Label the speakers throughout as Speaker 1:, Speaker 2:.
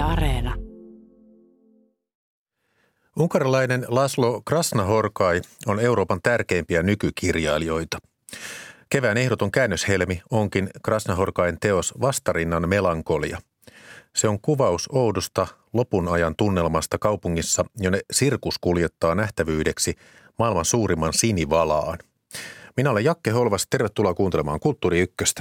Speaker 1: Areena.
Speaker 2: Unkarilainen Laszlo Krasznahorkai on Euroopan tärkeimpiä nykykirjailijoita. Kevään ehdoton käännöshelmi onkin Krasznahorkain teos Vastarinnan melankolia. Se on kuvaus oudosta lopun ajan tunnelmasta kaupungissa, jonne sirkus kuljettaa nähtävyydeksi maailman suurimman sinivalaan. Minä olen Jakke Holvas, tervetuloa kuuntelemaan Kulttuuri Ykköstä.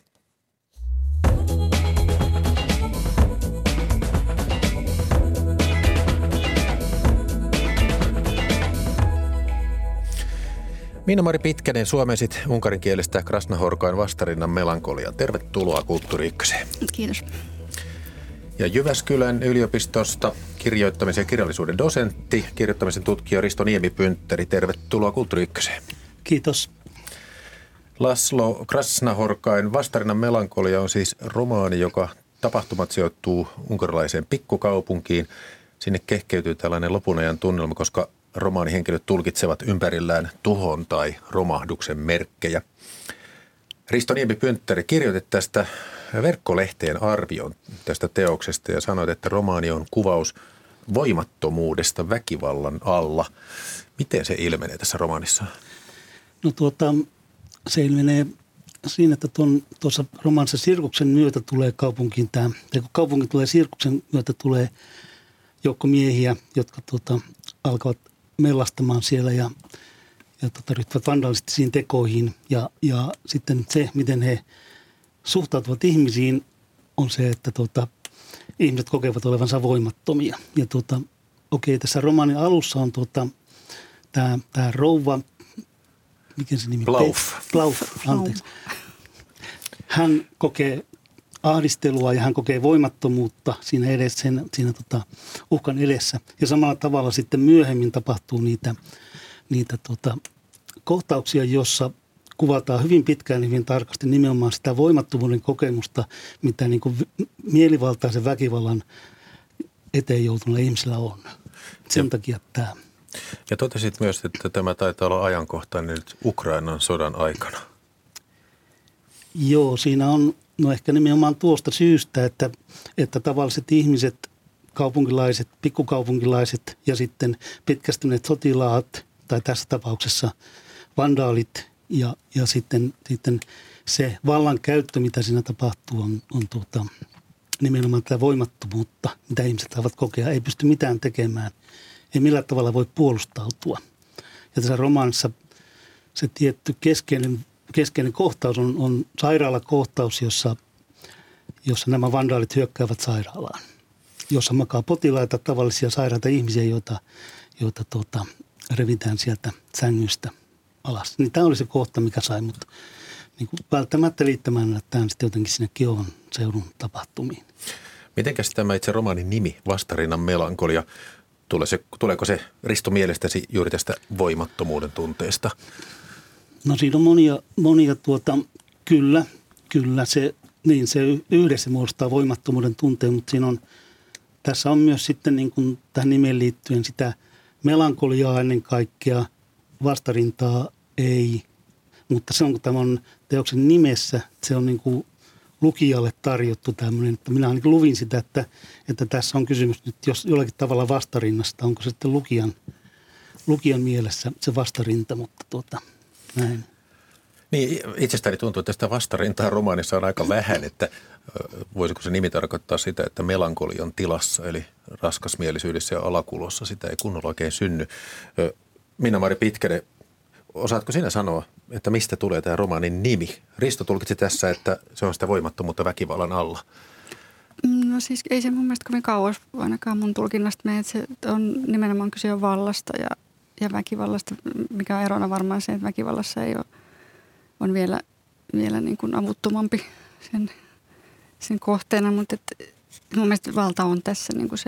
Speaker 2: Minna-Mari Pitkänen, suomensit unkarin kielestä Krasznahorkain Vastarinnan melankolia. Tervetuloa Kulttuuri Ykköseen.
Speaker 3: Kiitos.
Speaker 2: Ja Jyväskylän yliopistosta kirjoittamisen ja kirjallisuuden dosentti, kirjoittamisen tutkija Risto Niemi-Pynttäri. Tervetuloa Kulttuuri Ykköseen.
Speaker 4: Kiitos.
Speaker 2: Laszlo Krasznahorkain Vastarinnan melankolia on siis romaani, joka tapahtumat sijoittuu unkarilaiseen pikkukaupunkiin. Sinne kehkeytyy tällainen lopunajan tunnelma, koska romaanihenkilöt tulkitsevat ympärillään tuhon tai romahduksen merkkejä. Risto Niemi-Pynttäri, kirjoitit tästä verkkolehteen arvion tästä teoksesta ja sanoit, että romaani on kuvaus voimattomuudesta väkivallan alla. Miten se ilmenee tässä romaanissa?
Speaker 4: No se ilmenee siinä, että tuossa romaanissa sirkuksen myötä tulee kaupunkiin kun kaupunki tulee sirkuksen myötä tulee joukko miehiä, jotka alkavat mellastamaan siellä ja ryhtyvät vandalistisiin tekoihin. Ja sitten se, miten he suhtautuvat ihmisiin, on se, että ihmiset kokevat olevansa voimattomia. Ja tässä romaanin alussa on tämä rouva, mikä se nimi? Plauf, anteeksi. Hän kokee ahdistelua ja hän kokee voimattomuutta siinä uhkan edessä. Ja samalla tavalla sitten myöhemmin tapahtuu niitä kohtauksia, jossa kuvataan hyvin pitkään, hyvin tarkasti nimenomaan sitä voimattomuuden kokemusta, mitä niin kuin mielivaltaisen väkivallan eteen joutuneilla ihmisillä on. Sen takia tämä.
Speaker 2: Ja totesit myös, että tämä taitaa olla ajankohtainen nyt Ukrainan sodan aikana.
Speaker 4: Joo, siinä on ehkä nimenomaan tuosta syystä, että tavalliset ihmiset, kaupunkilaiset, pikkukaupunkilaiset ja sitten pitkästyneet sotilaat tai tässä tapauksessa vandaalit ja sitten se vallankäyttö, mitä siinä tapahtuu, on nimenomaan tätä voimattomuutta, mitä ihmiset saavat kokea. Ei pysty mitään tekemään, ei millään tavalla voi puolustautua. Ja tässä romaanissa se tietty keskeinen kohtaus on sairaalakohtaus, jossa nämä vandaalit hyökkäävät sairaalaan, jossa makaa potilaita, tavallisia sairaita ihmisiä, joita revitään sieltä sängystä alas. Niin tämä oli se kohta, mikä sai mut niin välttämättä liittämään tämän sitten jotenkin sinne Kiovan seudun tapahtumiin.
Speaker 2: Mitenkäs tämä itse romaanin nimi, Vastarinnan melankolia, tuleeko se Risto mielestäsi juuri tästä voimattomuuden tunteesta?
Speaker 4: No siinä on monia kyllä se yhdessä muodostaa voimattomuuden tunteen, mutta tässä on myös sitten niin kuin tähän nimeen liittyen sitä melankoliaa ennen kaikkea, vastarintaa ei, mutta se on tämän teoksen nimessä, se on niin kuin lukijalle tarjottu tämmöinen, että minä ainakin luvin sitä, että tässä on kysymys nyt jollakin tavalla vastarinnasta, onko se sitten lukijan mielessä se vastarinta, mutta näin.
Speaker 2: Niin, itsestäni tuntuu, että tästä vastarintaa romaanissa on aika vähän, että voisiko se nimi tarkoittaa sitä, että melankolian tilassa, eli raskasmielisyydessä ja alakulossa sitä ei kunnolla oikein synny. Minna-Mari Pitkänen, osaatko sinä sanoa, että mistä tulee tämä romaanin nimi? Risto tulkitsi tässä, että se on sitä voimattomuutta väkivallan alla.
Speaker 3: No siis ei se mun mielestä kovin kauas ainakaan mun tulkinnasta mene, että se on nimenomaan kyse on vallasta ja väkivallasta, mikä on erona varmaan se, että väkivallassa ei ole, on vielä niin kuin avuttomampi sen kohteena, mutta mun mielestä valta on tässä niin kuin se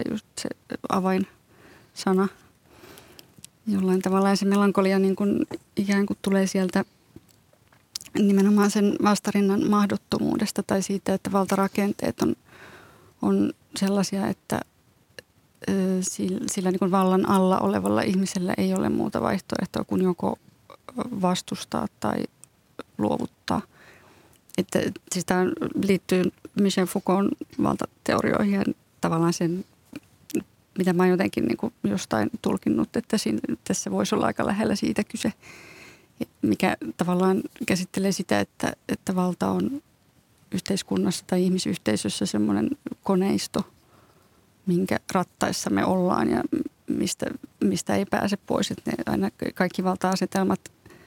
Speaker 3: avainsana jollain tavalla. Ja se melankolia niin kuin ikään kuin tulee sieltä nimenomaan sen vastarinnan mahdottomuudesta tai siitä, että valtarakenteet on sellaisia, että sillä niin kuin vallan alla olevalla ihmisellä ei ole muuta vaihtoehtoa kuin joko vastustaa tai luovuttaa. Että siis tämä liittyy Michel Foucaultin valtateorioihin tavallaan sen, mitä mä oon jotenkin niin kuin jostain tulkinnut, että tässä voisi olla aika lähellä siitä kyse, mikä tavallaan käsittelee sitä, että valta on yhteiskunnassa tai ihmisyhteisössä semmoinen koneisto, minkä rattaissa me ollaan ja mistä ei pääse pois. Että aina kaikki valta-asetelmat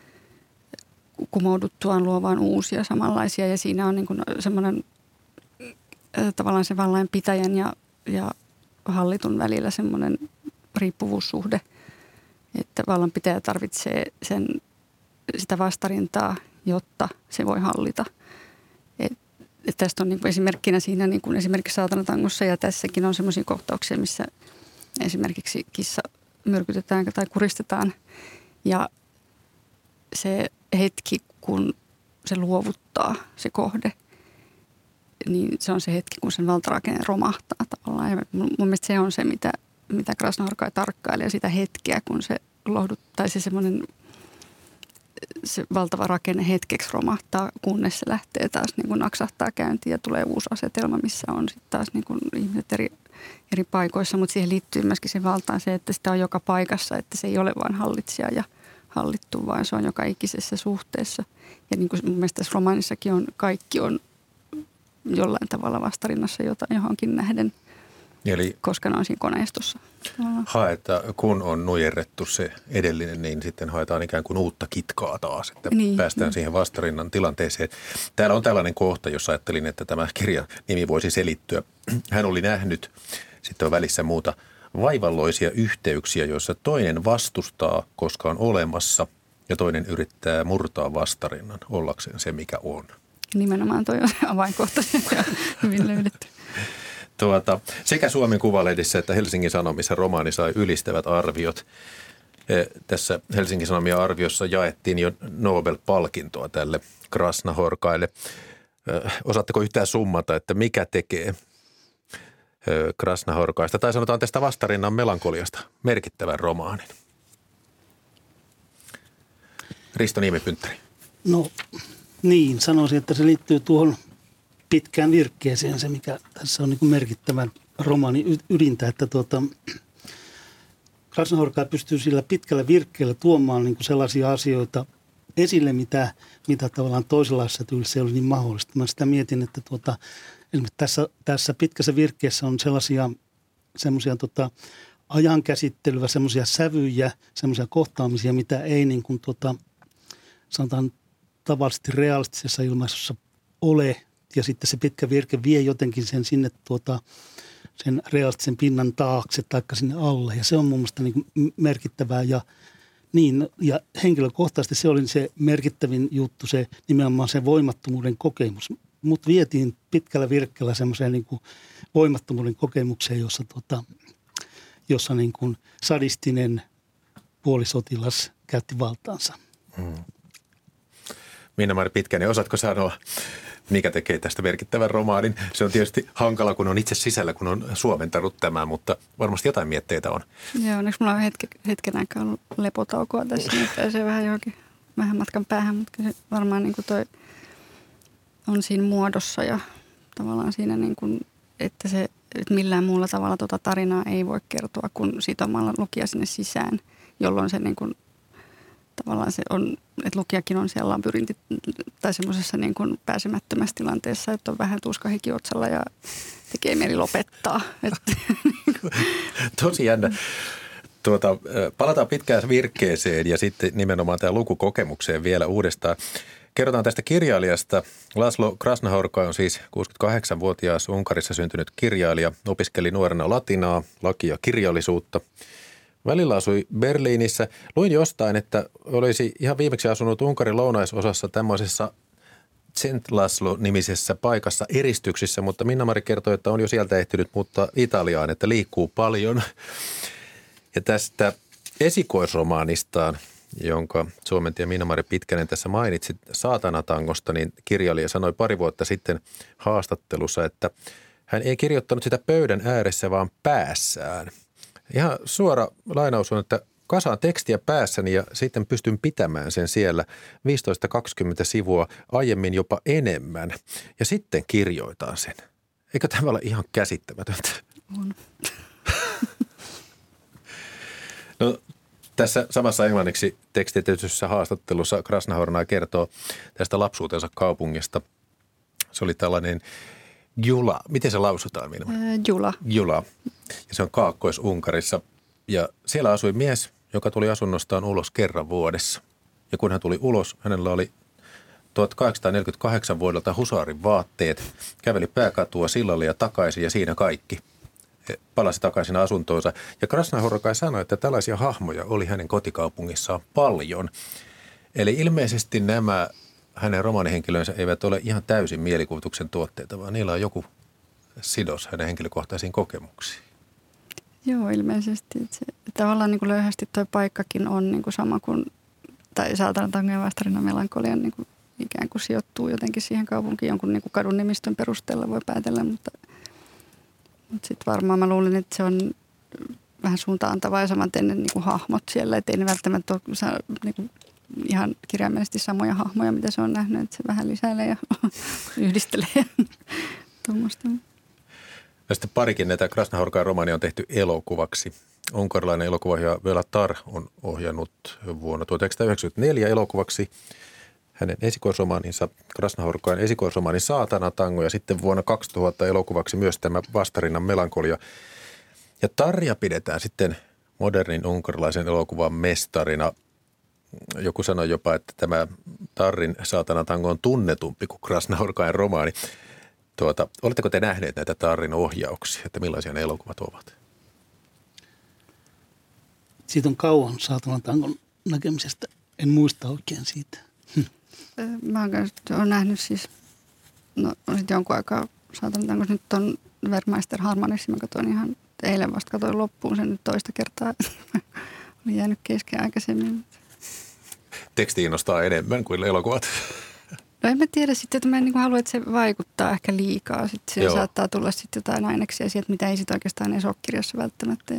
Speaker 3: kumouduttuaan luo vaan uusia samanlaisia ja siinä on niin kuin semmoinen tavallaan se vallanpitäjän ja hallitun välillä semmoinen riippuvuussuhde, että vallanpitäjä tarvitsee sitä vastarintaa, jotta se voi hallita. Et tästä on niin kuin esimerkkinä siinä niin kuin esimerkiksi Saatanatangossa ja tässäkin on semmoisia kohtauksia, missä esimerkiksi kissa myrkytetään tai kuristetaan ja se hetki, kun se luovuttaa se kohde, niin se on se hetki, kun sen valtarakenne romahtaa tavallaan. Ja mun mielestä se on se, mitä Krasnahorkai tarkkailee, sitä hetkeä, kun se lohduttaa, se semmoinen se valtava rakenne hetkeksi romahtaa, kunnes se lähtee taas niin kuin naksahtaa käyntiin ja tulee uusi asetelma, missä on sitten taas niin kuin ihmiset eri paikoissa. Mutta siihen liittyy myöskin se valtaan se, että sitä on joka paikassa, että se ei ole vain hallitsija ja hallittu, vaan se on joka ikisessä suhteessa. Ja niin kuin mun mielestä tässä romaanissakin kaikki on jollain tavalla vastarinnassa johonkin nähden,
Speaker 2: eli
Speaker 3: koska ne on siinä koneistossa.
Speaker 2: Että kun on nujerrettu se edellinen, niin sitten haetaan ikään kuin uutta kitkaa taas, että päästään siihen vastarinnan tilanteeseen. Täällä on tällainen kohta, jossa ajattelin, että tämä kirjan nimi voisi selittyä. Hän oli nähnyt, sitten on välissä muuta, vaivalloisia yhteyksiä, joissa toinen vastustaa, koska on olemassa, ja toinen yrittää murtaa vastarinnan ollakseen se, mikä on.
Speaker 3: Nimenomaan toi on avainkohta ja hyvin löydetty.
Speaker 2: Sekä Suomen Kuvalehdissä että Helsingin Sanomissa romaani sai ylistävät arviot. Tässä Helsingin Sanomien arviossa jaettiin jo Nobel-palkintoa tälle Krasnahorkaille. Osaatteko yhtään summata, että mikä tekee Krasnahorkaista, tai sanotaan tästä vastarinnan melankoliasta, merkittävän romaanin? Risto Niemipynttäri.
Speaker 4: No niin, sanoisin, että se liittyy tuohon pitkään virkkeeseen, se mikä tässä on niin kuin merkittävän romaanin ydintä, että Krasnahorkai pystyy sillä pitkällä virkkeellä tuomaan niin kuin sellaisia asioita esille, mitä tavallaan toisenlaisessa tyylissä ei ole niin mahdollista. Mä sitä mietin, että esimerkiksi tässä pitkässä virkkeessä on semmoisia ajankäsittelyä, semmoisia sävyjä, semmoisia kohtaamisia, mitä ei niin kuin sanotaan tavallisesti realistisessa ilmaisussa ole. Ja sitten se pitkä virke vie jotenkin sen sinne sen realistisen pinnan taakse tai sinne alle. Ja se on mun mielestä niin kuin merkittävää ja henkilökohtaisesti se oli se merkittävin juttu, se nimenomaan se voimattomuuden kokemus. Mut vietiin pitkällä virkkeellä semmoiseen niin kuin voimattomuuden kokemukseen, jossa niin kuin sadistinen puolisotilas käytti valtaansa.
Speaker 2: Minna-Mari Pitkänen, osaatko sanoa, mikä tekee tästä merkittävän romaanin? Se on tietysti hankala, kun on itse sisällä, kun on suomentanut tämän, mutta varmasti jotain mietteitä on.
Speaker 3: Joo, onneksi mulla on hetken aikaa ollut lepotaukoa tässä, niin pääsee vähän johonkin vähän matkan päähän, mutta kyllä se varmaan niin kuin toi on siinä muodossa ja tavallaan siinä, niin kuin, että millään muulla tavalla tuota tarinaa ei voi kertoa kuin sitomalla lukija sinne sisään, jolloin se niin kuin, tavallaan se on, että lukijakin on siellä labyrinti tai semmoisessa niin kuin pääsemättömässä tilanteessa, että on vähän tuskahiki otsalla ja tekee mieli lopettaa.
Speaker 2: Tosi jännä. Palataan pitkään virkkeeseen ja sitten nimenomaan tähän lukukokemukseen vielä uudestaan. Kerrotaan tästä kirjailijasta. Laszlo Krasnahorkai on siis 68-vuotias Unkarissa syntynyt kirjailija. Opiskeli nuorena latinaa, lakia ja kirjallisuutta. Välillä asui Berliinissä. Luin jostain, että olisi ihan viimeksi asunut Unkarin lounaisosassa tämmöisessä Szent Laszlo-nimisessä paikassa eristyksissä, mutta Minna-Mari kertoi, että on jo sieltä ehtinyt muuttaa Italiaan, että liikkuu paljon. Ja tästä esikoisromaanistaan, jonka suomentaja Minna-Mari Pitkänen tässä mainitsi, Saatanatangosta, niin kirjailija sanoi pari vuotta sitten haastattelussa, että hän ei kirjoittanut sitä pöydän ääressä, vaan päässään. Ihan suora lainaus on, että kasaan tekstiä päässäni ja sitten pystyn pitämään sen siellä 15-20 sivua, aiemmin jopa enemmän. Ja sitten kirjoitan sen. Eikö tämä ole ihan käsittämätöntä?
Speaker 3: On.
Speaker 2: No, tässä samassa englanniksi tekstitetyssä haastattelussa Krasnahorna kertoo tästä lapsuutensa kaupungista. Se oli tällainen Jula. Miten se lausutaan, Minna?
Speaker 3: Jula.
Speaker 2: Jula. Ja se on Kaakkois-Unkarissa. Ja siellä asui mies, joka tuli asunnostaan ulos kerran vuodessa. Ja kun hän tuli ulos, hänellä oli 1848 vuodelta husaarin vaatteet, käveli pääkatua sillalle ja takaisin ja siinä kaikki. He palasi takaisin asuntoonsa. Ja Krasnahorkai sanoi, että tällaisia hahmoja oli hänen kotikaupungissaan paljon. Eli ilmeisesti nämä hänen romaanihenkilönsä eivät ole ihan täysin mielikuvituksen tuotteita, vaan niillä on joku sidos hänen henkilökohtaisiin kokemuksiin.
Speaker 3: Joo, ilmeisesti. Tavallaan niin kuin löyhästi tuo paikkakin on niin kuin sama kuin, tai Saatanan tangon ja vastarinnan melankolian niin kuin ikään kuin sijoittuu jotenkin siihen kaupunkiin jonkun niin kuin kadun nimistön perusteella voi päätellä, mutta sitten varmaan mä luulin, että se on vähän suuntaantavaa ja samaten ne niin kuin hahmot siellä, että ei ne välttämättä ole niin kuin ihan kirjaimellisesti samoja hahmoja, mitä se on nähnyt, että se vähän lisäilee ja yhdistelee ja tuommoista.
Speaker 2: Ja sitten parikin näitä Krasnahorkain romaania on tehty elokuvaksi. Unkarilainen elokuvaohjaaja Béla Tarr on ohjannut vuonna 1994 elokuvaksi hänen esikoisromaaninsa, Krasnahorkain esikoisromaani Saatana tango ja sitten vuonna 2000 elokuvaksi myös tämä Vastarinnan melankolia. Ja Tarja pidetään sitten modernin unkarilaisen elokuvan mestarina. Joku sanoi jopa, että tämä Tarrin Saatana tango on tunnetumpi kuin Krasnahorkain romaani. Oletteko te nähneet näitä Tarrin ohjauksia, että millaisia ne elokuvat ovat?
Speaker 4: Siitä on kauan Saatanan tangon näkemisestä. En muista oikein siitä.
Speaker 3: Mä oon nähnyt siis, on sitten jonkun aikaa Saatanan tangossa. Nyt on Werkmeister Harmonissa. Mä katsoin ihan eilen vasta, katsoin loppuun sen nyt toista kertaa. Oli jäänyt kesken aikaisemmin.
Speaker 2: Teksti innostaa enemmän kuin elokuvat.
Speaker 3: No en mä tiedä sitten, että mä en niin halua, että se vaikuttaa ehkä liikaa. Sitten siellä saattaa tulla sitten jotain aineksia sieltä, mitä ei sitten oikeastaan edes ole kirjassa välttämättä.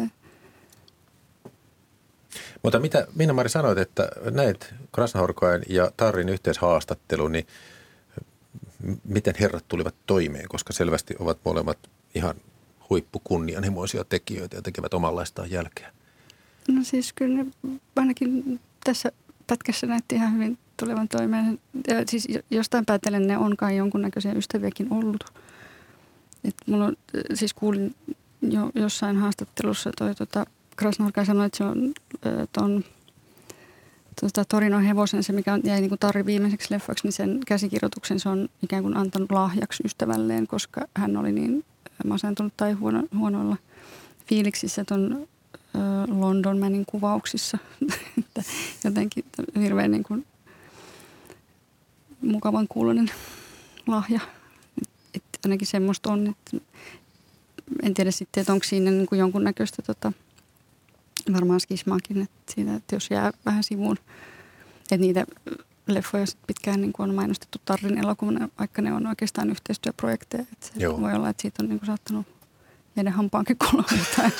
Speaker 2: Mutta mitä Minna-Mari sanoit, että näet Krasnahorkain ja Tarrin yhteishaastattelun, niin miten herrat tulivat toimeen, koska selvästi ovat molemmat ihan huippukunnianhimoisia tekijöitä ja tekevät omanlaistaan jälkeä?
Speaker 3: No siis kyllä ne ainakin tässä pätkässä näytti ihan hyvin tulevan toimeen. Ja siis jostain päätellen ne on kai jonkunnäköisiä ystäviäkin ollut. Et mulla on, siis kuulin jo jossain haastattelussa Krasnahorkai sanoi, että se on ton Torinon hevosen, se mikä jäi niin kuin Tarri viimeiseksi leffaksi, niin sen käsikirjoituksen se on ikään kuin antanut lahjaksi ystävälleen, koska hän oli niin masentunut tai huonoilla fiiliksissä ton London Manin kuvauksissa. Jotenkin hirveän niin kuin mukavan kuuloinen lahja. Että ainakin semmoista on. Että en tiedä sitten, että onko siinä niin kuin jonkunnäköistä varmaan skismaakin, että siitä, että jos jää vähän sivuun, että niitä leffoja pitkään niin kuin on mainostettu Tarrin elokuvana, vaikka ne on oikeastaan yhteistyöprojekteja. Että se voi olla, että siitä on niin kuin saattanut jäädä hampaankin kuulla jotain.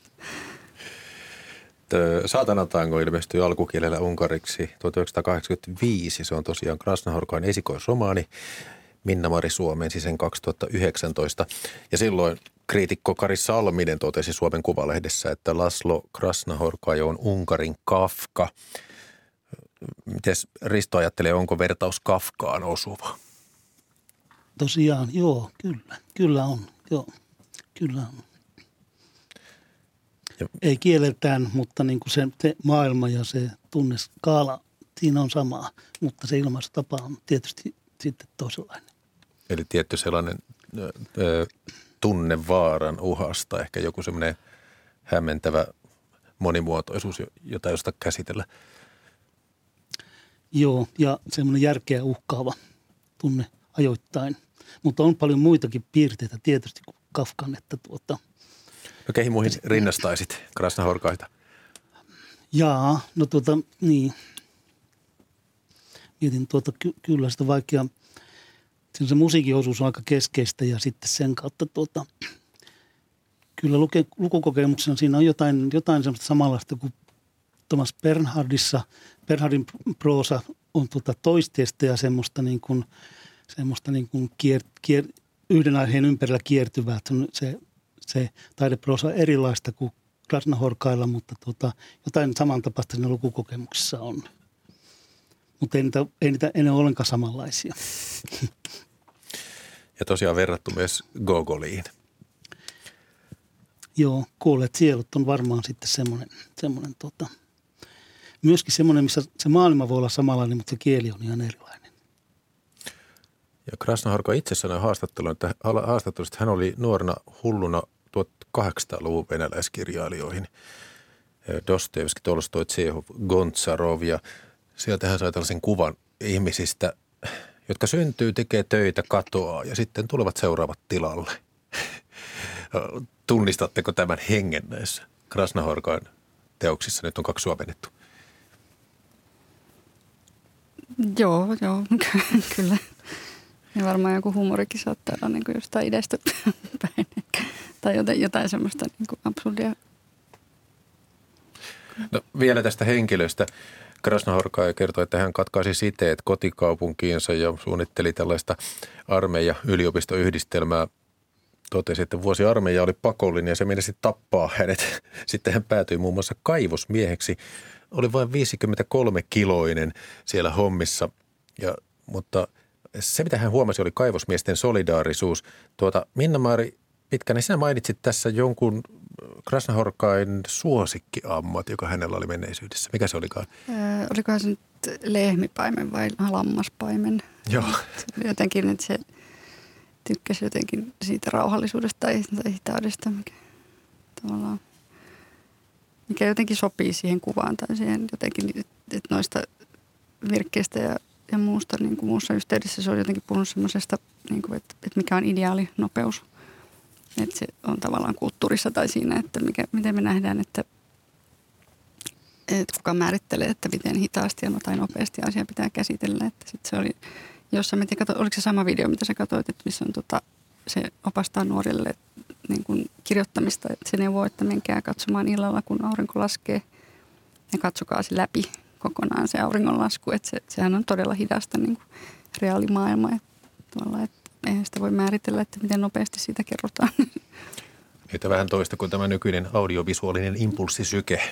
Speaker 2: Saatanan tango ilmestyi alkukielellä unkariksi 1985. Se on tosiaan Krasnahorkain esikoisromaani. Minna-Mari suomensi sen 2019. Ja silloin kriitikko Kari Salminen totesi Suomen Kuvalehdessä, että Laszlo Krasnahorkai on Unkarin Kafka. Mites Risto ajattelee, onko vertaus Kafkaan osuva?
Speaker 4: Tosiaan, joo, kyllä. Kyllä on, joo, kyllä on. Ei kieleltään, mutta niin kuin se maailma ja se tunneskaala, siinä on sama, mutta se ilmaistutapa on tietysti sitten toisenlainen.
Speaker 2: Eli tietty sellainen tunne vaaran uhasta, ehkä joku semmoinen hämmentävä monimuotoisuus, jota josta käsitellä.
Speaker 4: Joo, ja semmoinen järkeä uhkaava tunne ajoittain, mutta on paljon muitakin piirteitä tietysti kuin Kafkan, että
Speaker 2: No keihin muihin rinnastaisit Krasnahorkaita?
Speaker 4: Jaa, no niin. Mietin kyllä sitä vaikea. Se musiikin osuus on aika keskeistä ja sitten sen kautta kyllä lukukokemuksena siinä on jotain semmoista samanlaista kuin Thomas Bernhardissa. Bernhardin proosa on toisteista ja semmoista niin kuin yhden aiheen ympärillä kiertyvää. se taideproosa erilaista kuin Krasnahorkailla, mutta jotain samantapaista siinä lukukokemuksissa on. Mutta ei niitä enää ole ollenkaan samanlaisia.
Speaker 2: Ja tosiaan verrattu myös Gogoliin.
Speaker 4: Joo, Kuolleet sielut on varmaan sitten semmoinen myöskin semmoinen, missä se maailma voi olla samanlainen, mutta se kieli on ihan erilainen.
Speaker 2: Ja Krasnahorkai itse sanoi haastattelussa, että hän oli nuorena hulluna 1800-luvun venäläiskirjailijoihin. Dostojevski, Tolstoi, Tsehov, Gontsarov ja sieltä hän sai tällaisen kuvan ihmisistä, jotka syntyy, tekee töitä, katoaa ja sitten tulevat seuraavat tilalle. Tunnistatteko tämän hengen näissä Krasnahorkain teoksissa? Nyt on 2 suomennettu.
Speaker 3: Joo, kyllä. Ja varmaan joku humorikin saattaa olla niin kuin jostain idestä päin. Tai jotain semmoista niin kuin absurdia.
Speaker 2: No, vielä tästä henkilöstä. Krasnahorkai kertoi, että hän katkaisi siteet kotikaupunkiinsa ja suunnitteli tällaista armeija-yliopistoyhdistelmää. Totesi, että vuosi armeija oli pakollinen ja se meinasi tappaa hänet. Sitten hän päätyi muun muassa kaivosmieheksi. Oli vain 53-kiloinen siellä hommissa, mutta se mitä hän huomasi oli kaivosmiesten solidaarisuus. Minna-Mari Pitkänen, sinä mainitsit tässä jonkun Krasnahorkain suosikkiammat, joka hänellä oli menneisyydessä. Mikä se olikaan?
Speaker 3: Olikohan se nyt lehmipaimen vai lammaspaimen?
Speaker 2: Joo.
Speaker 3: Jotenkin, että se tykkäsi jotenkin siitä rauhallisuudesta tai hitaudesta, mikä jotenkin sopii siihen kuvaan tai siihen jotenkin, että noista virkkeistä ja muusta niin kuin muussa yhteydessä se on jotenkin puhunut semmoisesta, niin kuin, että mikä on ideaali nopeus. Että se on tavallaan kulttuurissa tai siinä, että miten me nähdään, että kuka määrittelee, että miten hitaasti tai nopeasti asia pitää käsitellä. Että sitten se oli jossain, oliko se sama video, mitä sä katsoit, että missä on se opastaa nuorille niin kuin kirjoittamista, että se neuvoo, että menkää katsomaan illalla, kun aurinko laskee ja katsokaa se läpi kokonaan se auringonlasku, että sehän on todella hidasta niin kuin reaalimaailma, että eihän sitä voi määritellä, että miten nopeasti siitä kerrotaan.
Speaker 2: Niitä vähän toista kuin tämä nykyinen audiovisuaalinen impulssisyke.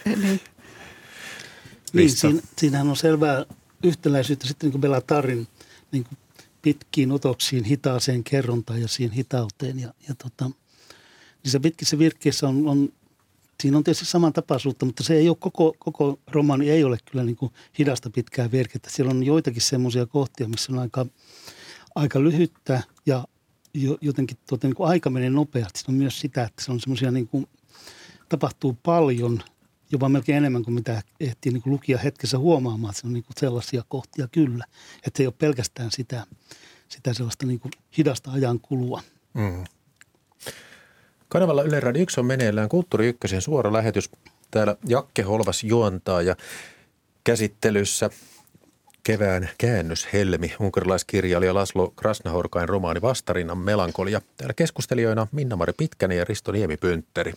Speaker 4: Niin, siinähän on selvää yhtäläisyyttä sitten niin kuin Bellatarin niin kuin pitkiin otoksiin, hitaaseen kerrontaan ja siihen hitauteen. Niissä pitkissä virkkeissä siinä on tietysti samantapaisuutta, mutta se ei ole koko romaani ei ole kyllä niin kuin hidasta pitkää virkettä. Siellä on joitakin semmoisia kohtia, missä on aika lyhyttä ja jotenkin niin kuin aika menee nopeasti. Se on myös sitä, että se on semmoisia niin kuin tapahtuu paljon, jopa melkein enemmän kuin mitä ehtii niin kuin lukija hetkessä huomaamaan. Että se on niin kuin sellaisia kohtia kyllä, että se ei ole pelkästään sitä sellaista niin kuin hidasta ajankulua.
Speaker 2: Mm. Kanavalla Yle Radio 1 on meneillään Kulttuuri Ykkösen suora lähetys. Täällä Jakke Holvas juontaa ja käsittelyssä kevään käännöshelmi, unkarilaiskirjailija Laszlo Krasnahorkain romaani Vastarinnan melankolia. Täällä keskustelijoina Minna-Mari Pitkänen ja Risto Niemi-Pyntteri.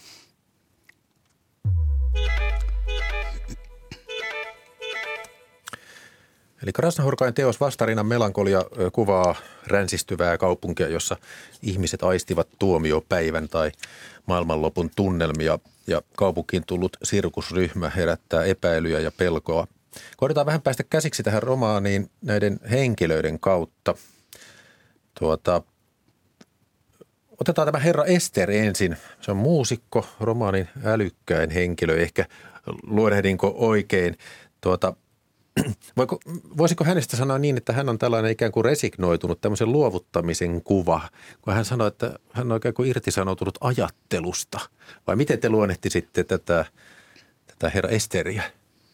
Speaker 2: Eli Krasnahorkain teos Vastarinnan melankolia kuvaa ränsistyvää kaupunkia, jossa ihmiset aistivat tuomiopäivän tai maailmanlopun tunnelmia ja kaupunkiin tullut sirkusryhmä herättää epäilyjä ja pelkoa. Koitetaan vähän päästä käsiksi tähän romaaniin näiden henkilöiden kautta. Otetaan tämä herra Ester ensin. Se on muusikko, romaanin älykkäin henkilö. Ehkä luodehdinko oikein. Voisiko hänestä sanoa niin, että hän on tällainen ikään kuin resignoitunut tämmöisen luovuttamisen kuva, kun hän sanoi, että hän on ikään kuin irtisanoutunut ajattelusta. Vai miten te luonnehtisitte tätä herra Esteriä?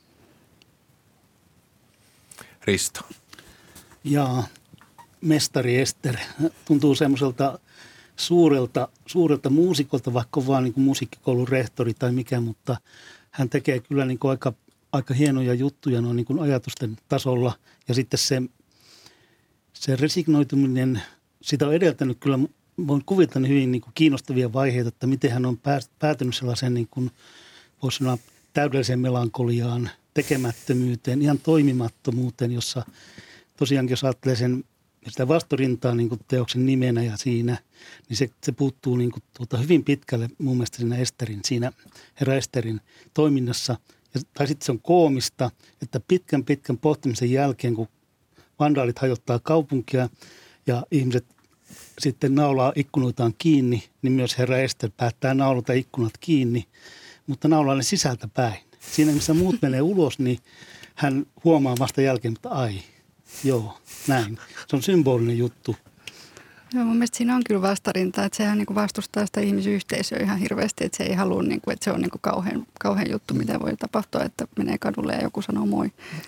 Speaker 2: Risto.
Speaker 4: Jaa, mestari Ester tuntuu semmoiselta suurelta muusikolta, vaikka vaan niin kuin musiikkikoulun rehtori tai mikä, mutta hän tekee kyllä niin kuin aika hienoja juttuja noin niin kuin ajatusten tasolla. Ja sitten se resignoituminen, sitä on edeltänyt kyllä, voin kuvitella hyvin niin kuin kiinnostavia vaiheita, että miten hän on päätynyt sellaiseen niin kuin, voisi sanoa, täydelliseen melankoliaan, tekemättömyyteen, ihan toimimattomuuteen, jossa tosiaankin jos ajattelee sen sitä vastorintaa niin kuin teoksen nimenä ja siinä, niin se puuttuu niin kuin hyvin pitkälle mun mielestä siinä herra Esterin toiminnassa. Tai sitten se on koomista, että pitkän pohtimisen jälkeen, kun vandaalit hajottaa kaupunkia ja ihmiset sitten naulaa ikkunoitaan kiinni, niin myös herra Ester päättää naulata ikkunat kiinni, mutta naulaa ne sisältä päin. Siinä missä muut menee ulos, niin hän huomaa vasta jälkeen, että ai, joo, näin. Se on symbolinen juttu.
Speaker 3: Joo, mun mielestä siinä on kyllä vastarinta, että sehän niin kuin vastustaa sitä ihmisyhteisöä ihan hirveästi, että se ei halua, niin kuin, että se on niin kuin kauhean juttu, mitä voi tapahtua, että menee kadulle ja joku sanoo moi.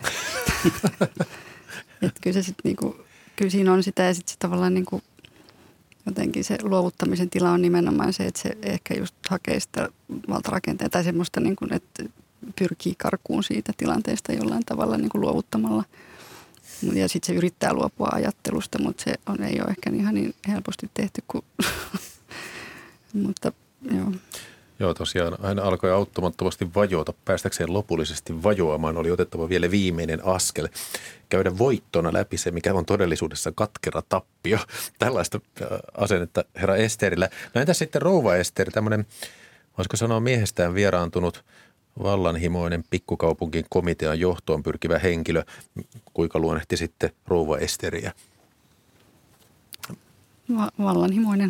Speaker 3: Että kyllä se sitten niin kuin, kyllä siinä on sitä ja sitten se tavallaan niin kuin, jotenkin se luovuttamisen tila on nimenomaan se, että se ehkä just hakee sitä valtarakenteen tai semmoista, niin kuin, että pyrkii karkuun siitä tilanteesta jollain tavalla niin kuin luovuttamalla. Ja sitten se yrittää luopua ajattelusta, mutta se ei ole ehkä ihan niin helposti tehty kuin mutta joo.
Speaker 2: Joo, tosiaan hän alkoi auttamattomasti vajota. Päästäkseen lopullisesti vajoamaan oli otettava vielä viimeinen askel. Käydä voittona läpi se, mikä on todellisuudessa katkera tappio. Tällaista asennetta herra Esterillä. No entäs sitten rouva Ester, tämmöinen, voisiko sanoa miehestään vieraantunut vallanhimoinen pikkukaupunkin komitean johtoon pyrkivä henkilö. Kuinka luonnehti sitten rouva Esteriä?
Speaker 3: Vallanhimoinen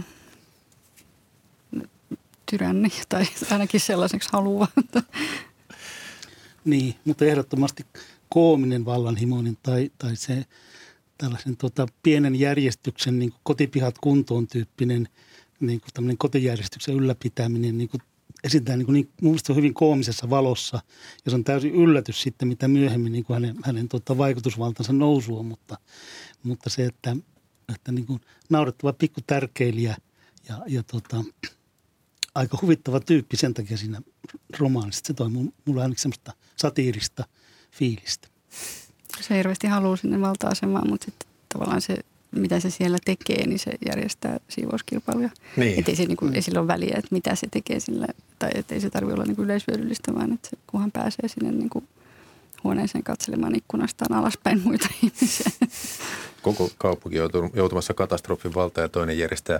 Speaker 3: tyränni tai ainakin sellaiseksi haluaa.
Speaker 4: Niin, mutta ehdottomasti koominen vallanhimoinen tai se tällaisen pienen järjestyksen niin kuin kotipihat kuntoon tyyppinen niin kuin tämmöinen kotijärjestyksen ylläpitäminen niin kuin esitetään niin mun mielestä hyvin koomisessa valossa ja se on täysin yllätys sitten, mitä myöhemmin niin kuin hänen vaikutusvaltansa nousua, mutta se, että niin kuin naurettava pikkutärkeilijä ja aika huvittava tyyppi sen takia siinä romaanissa. Se toi mulle ainakin semmoista satiirista fiilistä.
Speaker 3: Se hirveästi haluaa sinne valta-asemaan, mutta sitten tavallaan se, mitä se siellä tekee, niin se järjestää siivouskilpailuja.
Speaker 2: Niin.
Speaker 3: Että ei sillä ole väliä, että mitä se tekee sillä, tai että ei se tarvitse olla niin kuin yleishyödyllistä, vaan että se, kunhan pääsee sinne niin kuin huoneeseen katselemaan ikkunastaan alaspäin muita ihmisiä.
Speaker 2: Koko kaupunki on joutumassa katastrofin valtaan ja toinen järjestää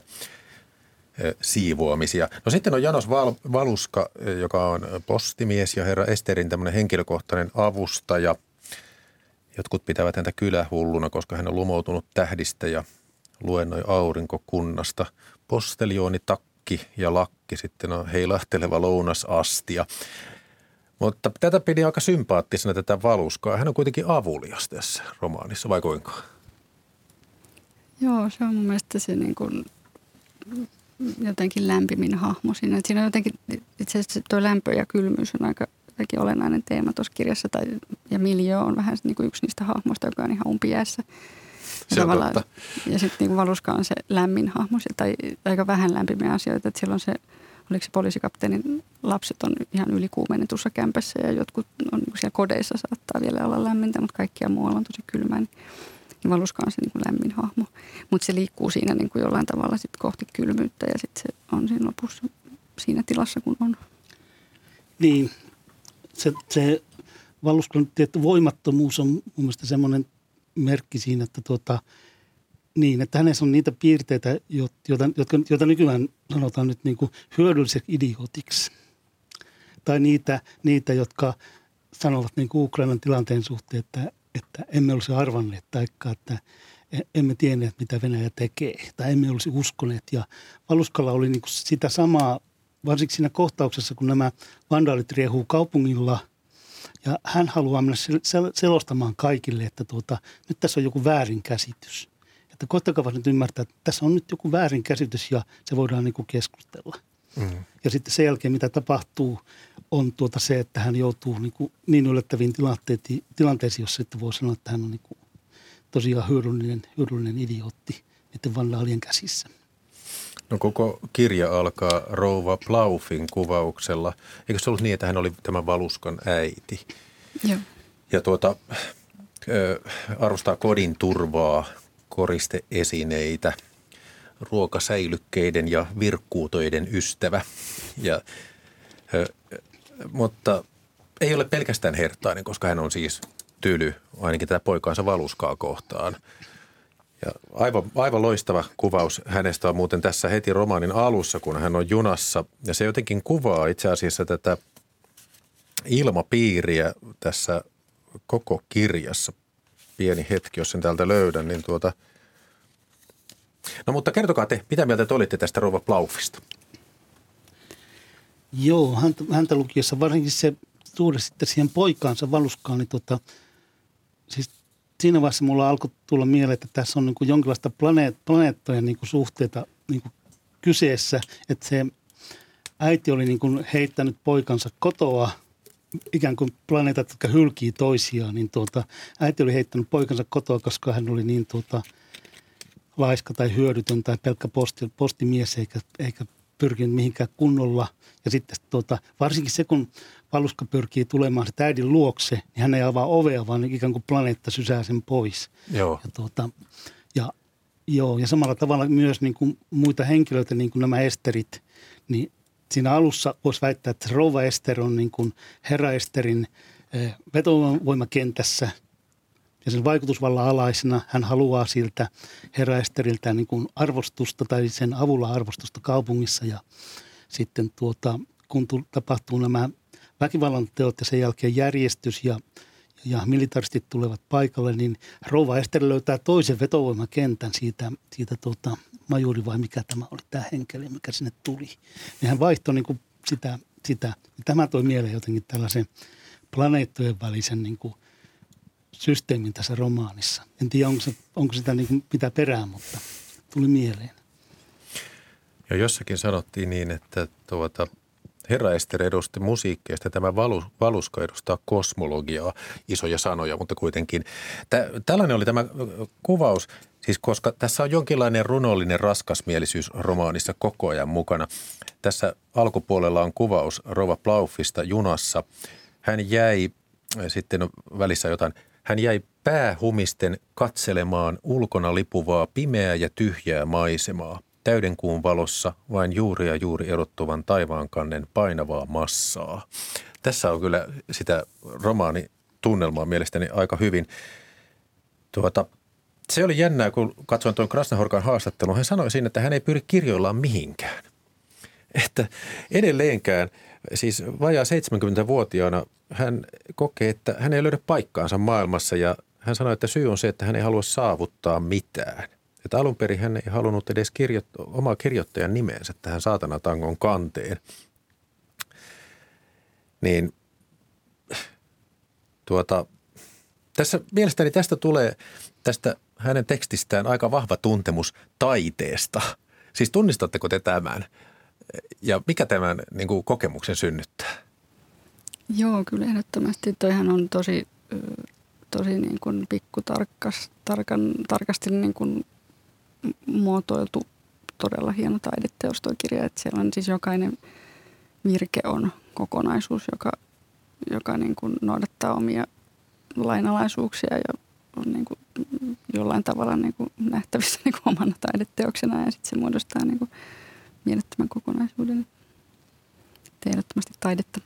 Speaker 2: siivoamisia. No sitten on Janos Valuska, joka on postimies ja herra Esterin tämmöinen henkilökohtainen avustaja. Jotkut pitävät häntä kylähulluna, koska hän on lumoutunut tähdistä ja luennoi aurinkokunnasta. Posteljooni, takki ja lakki, sitten on heilahteleva lounasastia. Mutta tätä pidi aika sympaattisena tätä Valuskaa. Hän on kuitenkin avulias tässä romaanissa, vai kuinka?
Speaker 3: Joo, se on mun mielestä se niin kuin jotenkin lämpimin hahmo siinä. Siinä on jotenkin, itse asiassa tuo lämpö ja kylmyys on aika olennainen teema tuossa kirjassa. Ja miljöö on vähän niin kuin yksi niistä hahmoista, joka on ihan umpijäässä.
Speaker 2: Se on totta.
Speaker 3: Ja sitten niin kuin Valuska on se lämmin hahmo, tai aika vähän lämpimiä asioita. Että silloin se, oliko se poliisikapteenin lapset on ihan ylikuumennetussa kämpässä ja jotkut on niin kuin siellä kodeissa saattaa vielä olla lämmintä, mutta kaikkia muualla on tosi kylmää. Niin Valuska on se niin kuin lämmin hahmo. Mutta se liikkuu siinä niin kuin jollain tavalla sit kohti kylmyyttä ja sitten se on siinä lopussa siinä tilassa, kun on.
Speaker 4: Niin, se Valuskan tietty voimattomuus on mun mielestä semmoinen merkki siinä, että niin, että hänessä on niitä piirteitä, joita nykyään sanotaan nyt niin kuin hyödylliseksi idiotiksi. Tai niitä, jotka sanovat niin kuin Ukrainan tilanteen suhteen, että emme olisi arvanneet taikka, että emme tienneet, mitä Venäjä tekee tai emme olisi uskoneet. Ja Valuskalla oli niin kuin sitä samaa, varsinkin siinä kohtauksessa, kun nämä vandaalit riehuu kaupungilla ja hän haluaa mennä selostamaan kaikille, että nyt tässä on joku väärinkäsitys. Että koittakaa nyt ymmärtää, että tässä on nyt joku väärinkäsitys ja se voidaan niin kuin keskustella. Mm. Ja sitten sen jälkeen, mitä tapahtuu, on se, että hän joutuu niin yllättäviin tilanteisiin, jossa sitten voi sanoa, että hän on niin kuin tosiaan hyödyllinen idiootti niiden vandaalien käsissä.
Speaker 2: No koko kirja alkaa rouva Plaufin kuvauksella. Eikö se ollut niin, että hän oli tämän Valuskan äiti?
Speaker 3: Joo.
Speaker 2: Ja arvostaa kodin turvaa, koristeesineitä, ruokasäilykkeiden ja virkkuutoiden ystävä. Mutta ei ole pelkästään hertainen, koska hän on siis tyly, ainakin tätä poikaansa Valuskaa kohtaan. Ja aivan loistava kuvaus hänestä on muuten tässä heti romaanin alussa, kun hän on junassa. Ja se jotenkin kuvaa itse asiassa tätä ilmapiiriä tässä koko kirjassa. Pieni hetki, jos sen täältä löydän, niin No mutta kertokaa te, mitä mieltä te olitte tästä rouva Plaufista?
Speaker 4: Joo, häntä lukiessa varsinkin se suhde sitten siihen poikaansa Valuskaan, niin siis siinä vaiheessa mulla alkoi tulla mieleen, että tässä on niin kuin jonkinlaista planeettojen niin kuin suhteita niin kuin kyseessä, että se äiti oli niin kuin heittänyt poikansa kotoa, ikään kuin planeetat, jotka hylkii toisiaan, niin äiti oli heittänyt poikansa kotoa, koska hän oli niin laiska tai hyödytön tai pelkkä postimies eikä pyrkinyt mihinkään kunnolla. Ja sitten varsinkin se, kun Valuska pyrkii tulemaan sitä äidin luokse, niin hän ei avaa ovea, vaan ikään kuin planeetta sysää sen pois.
Speaker 2: Joo.
Speaker 4: Ja samalla tavalla myös niin kuin muita henkilöitä, niin kuin nämä Esterit, niin siinä alussa voisi väittää, että rouva Ester on niin kuin herra Esterin vetovoimakentässä ja sen vaikutusvallan alaisena. Hän haluaa siltä herra Esteriltä niin kuin arvostusta tai sen avulla arvostusta kaupungissa ja sitten kun tapahtuu nämä väkivallan teot ja sen jälkeen järjestys ja militaristit tulevat paikalle, niin rouva Ester löytää toisen vetovoimakentän siitä majuri vai mikä tämä oli tämä henkilö, mikä sinne tuli. Niin hän vaihtoi niin kuin sitä. Tämä toi mieleen jotenkin tällaisen planeettojen välisen niin kuin systeemin tässä romaanissa. En tiedä, onko sitä niin kuin pitää perään, mutta tuli mieleen.
Speaker 2: Ja jossakin sanottiin niin, että herra Ester edusti musiikkia ja tämä Valuska edustaa kosmologiaa, isoja sanoja, mutta kuitenkin. Tällainen oli tämä kuvaus, siis koska tässä on jonkinlainen runollinen raskasmielisyys romaanissa koko ajan mukana. Tässä alkupuolella on kuvaus rouva Plaufista junassa. Hän jäi, sitten välissä jotain, hän jäi päähumisten katselemaan ulkona lipuvaa pimeää ja tyhjää maisemaa. Täydenkuun valossa vain juuri ja juuri erottuvan taivaankannen painavaa massaa. Tässä on kyllä sitä romaanitunnelmaa mielestäni aika hyvin. Se oli jännää, kun katsoin tuon Krasnahorkan haastattelun. Hän sanoi siinä, että hän ei pyri kirjoillaan mihinkään. Että edelleenkään, siis vajaa 70-vuotiaana hän kokee, että hän ei löydä paikkaansa maailmassa ja hän sanoi, että syy on se, että hän ei halua saavuttaa mitään. Että alun perin hän ei halunnut edes omaa kirjoittajan nimeensä tähän Saatanatangon kanteen. Niin tässä mielestäni tästä tulee tästä hänen tekstistään aika vahva tuntemus taiteesta. Siis tunnistatteko te tämän? Ja mikä tämän niin kuin kokemuksen synnyttää?
Speaker 3: Joo, kyllä ehdottomasti. Toihan on tosi niin kuin tarkasti niin kuin muotoiltu todella hieno taideteos tuo kirja. Että siellä on siis jokainen virke on kokonaisuus, joka niin kuin noudattaa omia lainalaisuuksia ja on niin kuin jollain tavalla niin kuin nähtävissä niin kuin omana taideteoksena ja sitten se muodostaa niin kuin mielettömän kokonaisuuden. Ehdottomasti taidetta.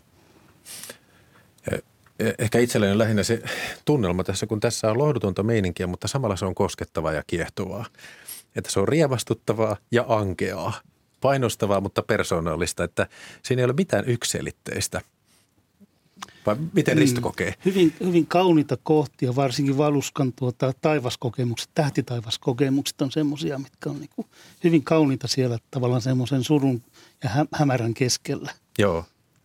Speaker 2: Ehkä itselleni lähinnä se tunnelma tässä, kun tässä on lohdutonta meininkiä, mutta samalla se on koskettavaa ja kiehtovaa. Että se on riemastuttavaa ja ankeaa, painostavaa, mutta persoonallista, että siinä ei ole mitään yksiselitteistä. Vai miten Risto kokee?
Speaker 4: Hyvin kauniita kohtia, varsinkin Valuskan taivaskokemukset, tähtitaivaskokemukset on semmoisia, mitkä on niin kuin hyvin kauniita siellä tavallaan semmoisen surun ja hämärän keskellä.
Speaker 2: Joo.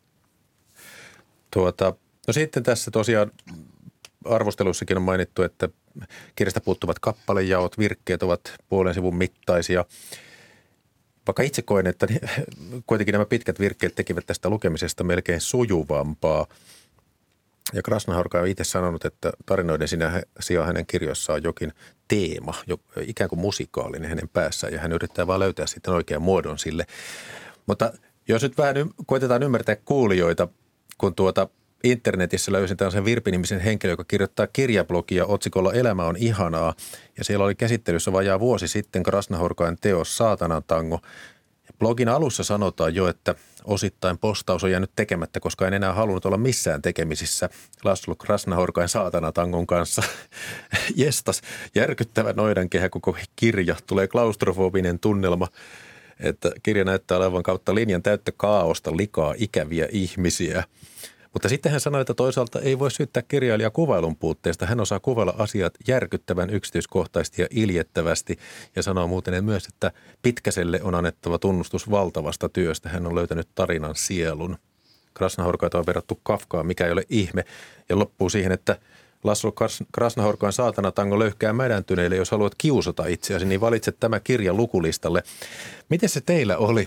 Speaker 2: No sitten tässä tosiaan arvostelussakin on mainittu, että kirjasta puuttuvat kappalejaot, virkkeet ovat puolen sivun mittaisia. Vaikka itse koen, että kuitenkin nämä pitkät virkkeet tekivät tästä lukemisesta melkein sujuvampaa. Ja Krasnahorka on itse sanonut, että tarinoiden sijaan hänen kirjoissaan on jokin teema, ikään kuin musikaalinen hänen päässään, ja hän yrittää vaan löytää sitten oikean muodon sille. Mutta jos nyt vähän koitetaan ymmärtää kuulijoita, kun internetissä löysin tällaisen Virpi-nimisen henkilön, joka kirjoittaa kirjablogia otsikolla Elämä on ihanaa. Ja siellä oli käsittelyssä vajaa vuosi sitten Krasnahorkan teos Saatanatango. Ja blogin alussa sanotaan jo, että osittain postaus on jäänyt tekemättä, koska en enää halunnut olla missään tekemisissä Laszlo Krasznahorkain Saatanatangon kanssa. Jestas, järkyttävä noidankehä koko kirja, tulee klaustrofobinen tunnelma, että kirja näyttää olevan kautta linjan täyttä kaaosta, likaa, ikäviä ihmisiä. Mutta sitten hän sanoi, että toisaalta ei voi syyttää kirjailijaa kuvailun puutteesta. Hän osaa kuvailla asiat järkyttävän yksityiskohtaisesti ja iljettävästi ja sanoo muuten myös, että Pitkäselle on annettava tunnustus valtavasta työstä. Hän on löytänyt tarinan sielun. Krasznahorkaita on verrattu Kafkaan, mikä ei ole ihme, ja loppuu siihen, että Laszlo Krasznahorkain Saatanatango löyhkää mädäntyneille. Jos haluat kiusata itseäsi, niin valitse tämä kirja lukulistalle. Miten se teillä oli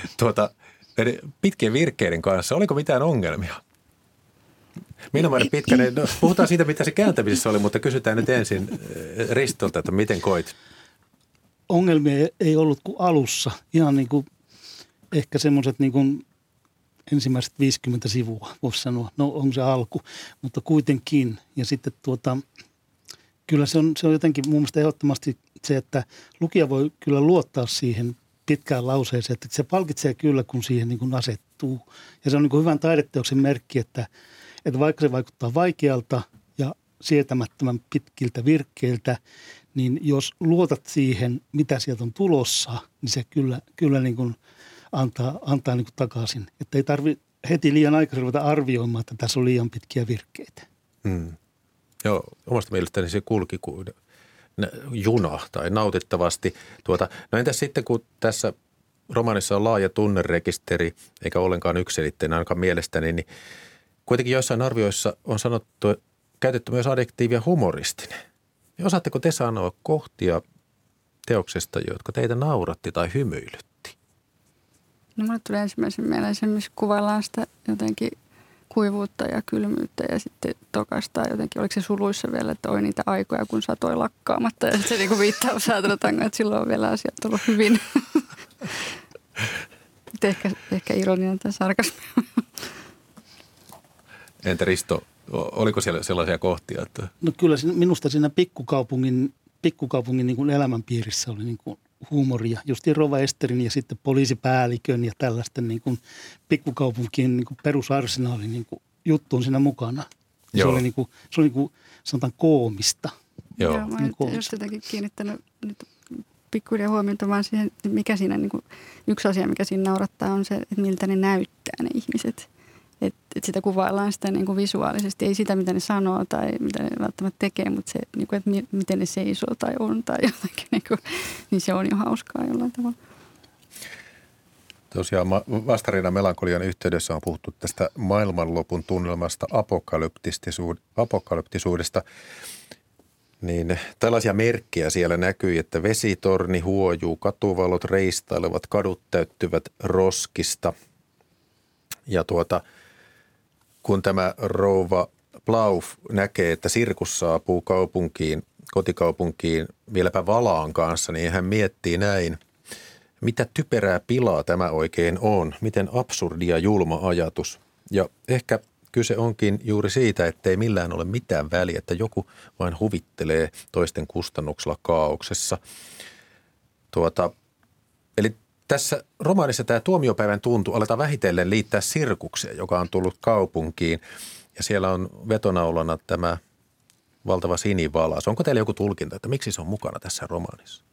Speaker 2: pitkien virkkeiden kanssa? Oliko mitään ongelmia? Minämainen Pitkänen, no, puhutaan siitä, mitä se kääntämisessä oli, mutta kysytään nyt ensin Ristolta, että miten koit?
Speaker 4: Ongelmia ei ollut kuin alussa. Ihan niin kuin ehkä semmoiset niin kuin ensimmäiset 50 sivua, voisi sanoa. No on se alku, mutta kuitenkin. Ja sitten kyllä se on jotenkin mun mielestä ehdottomasti se, että lukija voi kyllä luottaa siihen pitkään lauseeseen, että se palkitsee kyllä, kun siihen niin kuin asettuu. Ja se on niin kuin hyvän taideteoksen merkki, että vaikka se vaikuttaa vaikealta ja sietämättömän pitkiltä virkkeiltä, niin jos luotat siihen, mitä sieltä on tulossa, niin se kyllä niin kuin antaa niin kuin takaisin. Että ei tarvitse heti liian aikaisin ruveta arvioimaan, että tässä on liian pitkiä virkkeitä.
Speaker 2: Joo, omasta mielestäni se kulki kuin juna tai nautittavasti. No entäs sitten, kun tässä romaanissa on laaja tunnerekisteri, eikä ollenkaan yksiselitteinen ainakaan mielestäni, niin kuitenkin joissain arvioissa on käytetty myös adjektiivia humoristinen. Ja osaatteko te sanoa kohtia teoksesta, jotka teitä nauratti tai hymyilytti?
Speaker 3: No mulle tulee ensimmäisen mieleen se, missä kuvaillaan sitä jotenkin kuivuutta ja kylmyyttä ja sitten tokastaa jotenkin, oliko se suluissa vielä, että oli niitä aikoja, kun satoi lakkaamatta ja sitten se niinku viittaa Saatanatangoon, että silloin on vielä asiat ollut hyvin. ehkä ironinen tai sarkasmi.
Speaker 2: Entä Risto, oliko siellä sellaisia kohtia? Että...
Speaker 4: No kyllä minusta siinä pikkukaupungin niin kuin elämänpiirissä oli niin kuin huumoria. Justiin Rova Esterin ja sitten poliisipäällikön ja tällaisten niin kuin pikkukaupunkien niin kuin perusarsenaali niin kuin juttu on siinä mukana. Se oli niin kuin sanotaan koomista.
Speaker 3: Joo, mä olen just jotenkin kiinnittänyt nyt pikkuhiljaa huomiota vaan siihen, mikä siinä niin kuin, yksi asia, mikä siinä naurattaa on se, että miltä ne näyttää ne ihmiset. Että sitä kuvaillaan sitä niin kuin visuaalisesti, ei sitä mitä ne sanoo tai mitä ne välttämättä tekee, mutta se, niin kuin, että miten ne seisoo tai on tai jotenkin, niin se on jo hauskaa jollain tavalla.
Speaker 2: Tosiaan Vastarinnan melankolian yhteydessä on puhuttu tästä maailmanlopun tunnelmasta apokalyptisuudesta. Niin tällaisia merkkejä siellä näkyy, että vesitorni huojuu, katuvalot reistailevat, kadut täyttyvät roskista. Ja kun tämä rouva Plauf näkee, että sirkus saapuu kotikaupunkiin vieläpä Valaan kanssa, niin hän miettii näin, mitä typerää pilaa tämä oikein on, miten absurdi ja julma ajatus. Ja ehkä kyse onkin juuri siitä, ettei millään ole mitään väliä, että joku vain huvittelee toisten kustannuksella kaauksessa. Eli tässä romaanissa tämä tuomiopäivän tuntu aletaan vähitellen liittää sirkukseen, joka on tullut kaupunkiin. Ja siellä on vetonaulana tämä valtava sinivalas. Onko teillä joku tulkinta, että miksi se on mukana tässä romaanissa?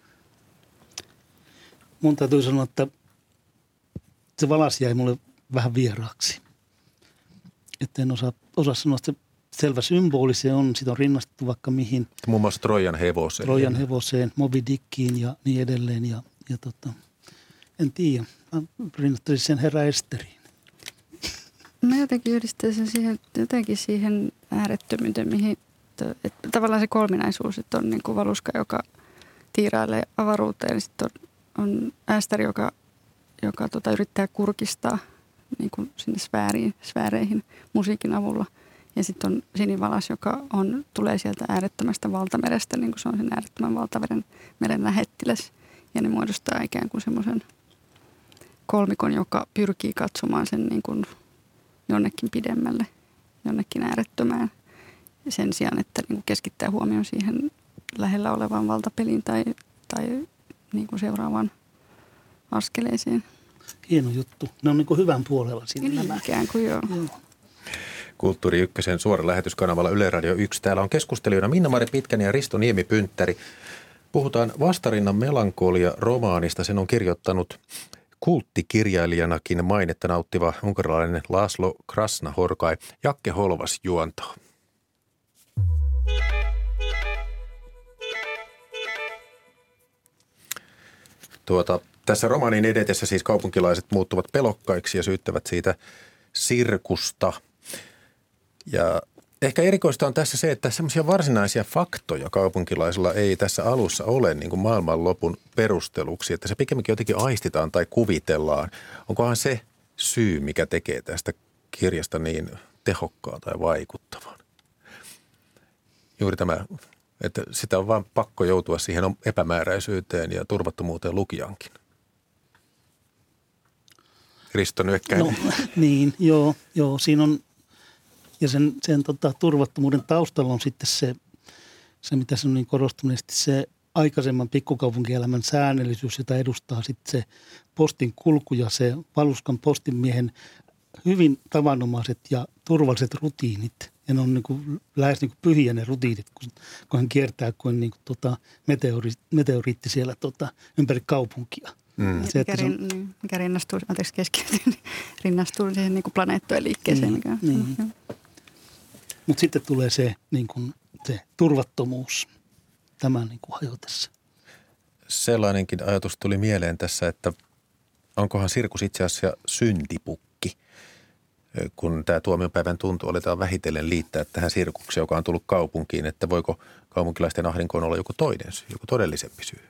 Speaker 4: Mun täytyy sanoa, että se valas jäi mulle vähän vieraaksi. Että en osaa sanoa, että se selvä symboli se on. Sitä on rinnastettu vaikka mihin.
Speaker 2: Muun muassa Trojan hevoseen.
Speaker 4: Trojan hevoseen, Moby Dickiin ja niin edelleen. Ja en tiedä. Mä rinnastelisin sen herra Esteriin.
Speaker 3: Mä jotenkin yhdistäisin siihen äärettömyyteen, mihin että tavallaan se kolminaisuus, että on niin kuin valuska, joka tiirailee avaruuteen, ja sitten on äästäri, joka yrittää kurkistaa niin kuin sinne sfääreihin musiikin avulla. Ja sitten on sinivalas, joka tulee sieltä äärettömästä valtamerestä, niin kuin se on sen äärettömän valtameren lähettiläs. Ja ne muodostaa ikään kuin semmoisen kolmikon, joka pyrkii katsomaan sen niin kuin jonnekin pidemmälle, jonnekin äärettömään. Sen sijaan, että niin kuin keskittää huomioon siihen lähellä olevaan valtapeliin tai niin kuin seuraavaan askeleisiin.
Speaker 4: Hieno juttu. Ne on niin kuin hyvän puolella siinä nämä.
Speaker 3: Ikään kuin joo.
Speaker 2: Kulttuuri Ykkösen suora lähetyskanavalla Yle Radio 1. Täällä on keskustelijoina Minna-Mari Pitkänen ja Risto Niemi-Pynttäri. Puhutaan Vastarinnan melankolia-romaanista. Sen on kirjoittanut kulttikirjailijanakin mainetta nauttiva unkarilainen László Krasznahorkai. Jakke Holvas juontaa. Tässä romaanin edetessä siis kaupunkilaiset muuttuvat pelokkaiksi ja syyttävät siitä sirkusta. Ja ehkä erikoista on tässä se, että semmoisia varsinaisia faktoja kaupunkilaisilla ei tässä alussa ole niin kuin maailmanlopun perusteluksi, että se pikemminkin jotenkin aistitaan tai kuvitellaan. Onkohan se syy, mikä tekee tästä kirjasta niin tehokkaan tai vaikuttavan? Juuri tämä, että sitä on vaan pakko joutua siihen Risto Nyökkäinen.
Speaker 4: No niin, joo, siinä on, ja sen turvattomuuden taustalla on sitten se mitä se on niin korostuneesti, se aikaisemman pikkukaupunkielämän säännöllisyys, jota edustaa sitten se postin kulku ja se valuskan postinmiehen hyvin tavanomaiset ja turvalliset rutiinit. Ja ne on niin kuin, lähes niin kuin pyhiä ne rutiinit, kun hän kiertää kuin, meteoriitti siellä ympäri kaupunkia.
Speaker 3: Mikä rinnastuu, rinnastuu siihen niin kuin planeettojen liikkeeseen.
Speaker 4: Niin. Mutta sitten tulee se, niin kuin, se turvattomuus tämän niin kuin hajotessa.
Speaker 2: Sellainenkin ajatus tuli mieleen tässä, että onkohan sirkus itse asiassa syntipukki, kun tämä tuomiopäivän tuntu aletaan vähitellen liittää tähän sirkukseen, joka on tullut kaupunkiin, että voiko kaupunkilaisten ahdinkoon olla joku toinen syy, joku todellisempi syy?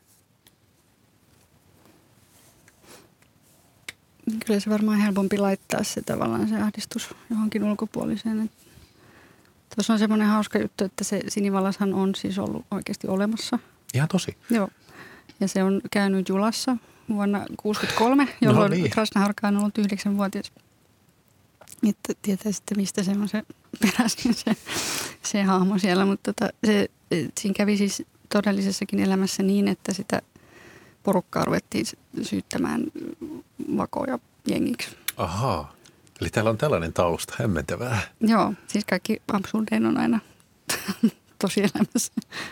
Speaker 3: Kyllä se varmaan helpompi laittaa se tavallaan se ahdistus johonkin ulkopuoliseen. Tuossa on semmoinen hauska juttu, että se sinivallashan on siis ollut oikeasti olemassa.
Speaker 2: Ihan tosi.
Speaker 3: Joo. Ja se on käynyt Julassa vuonna 1963, jolloin Krasznahorkai on ollut 9-vuotias. Että tietää sitten, mistä se on se peräisin se hahmo siellä. Mutta siinä kävi siis todellisessakin elämässä niin, että sitä porukkaa ruvettiin syyttämään vakoja jengiksi.
Speaker 2: Ahaa. Eli täällä on tällainen tausta, hämmentävää.
Speaker 3: Joo, siis kaikki absurdein on aina tosielämässä.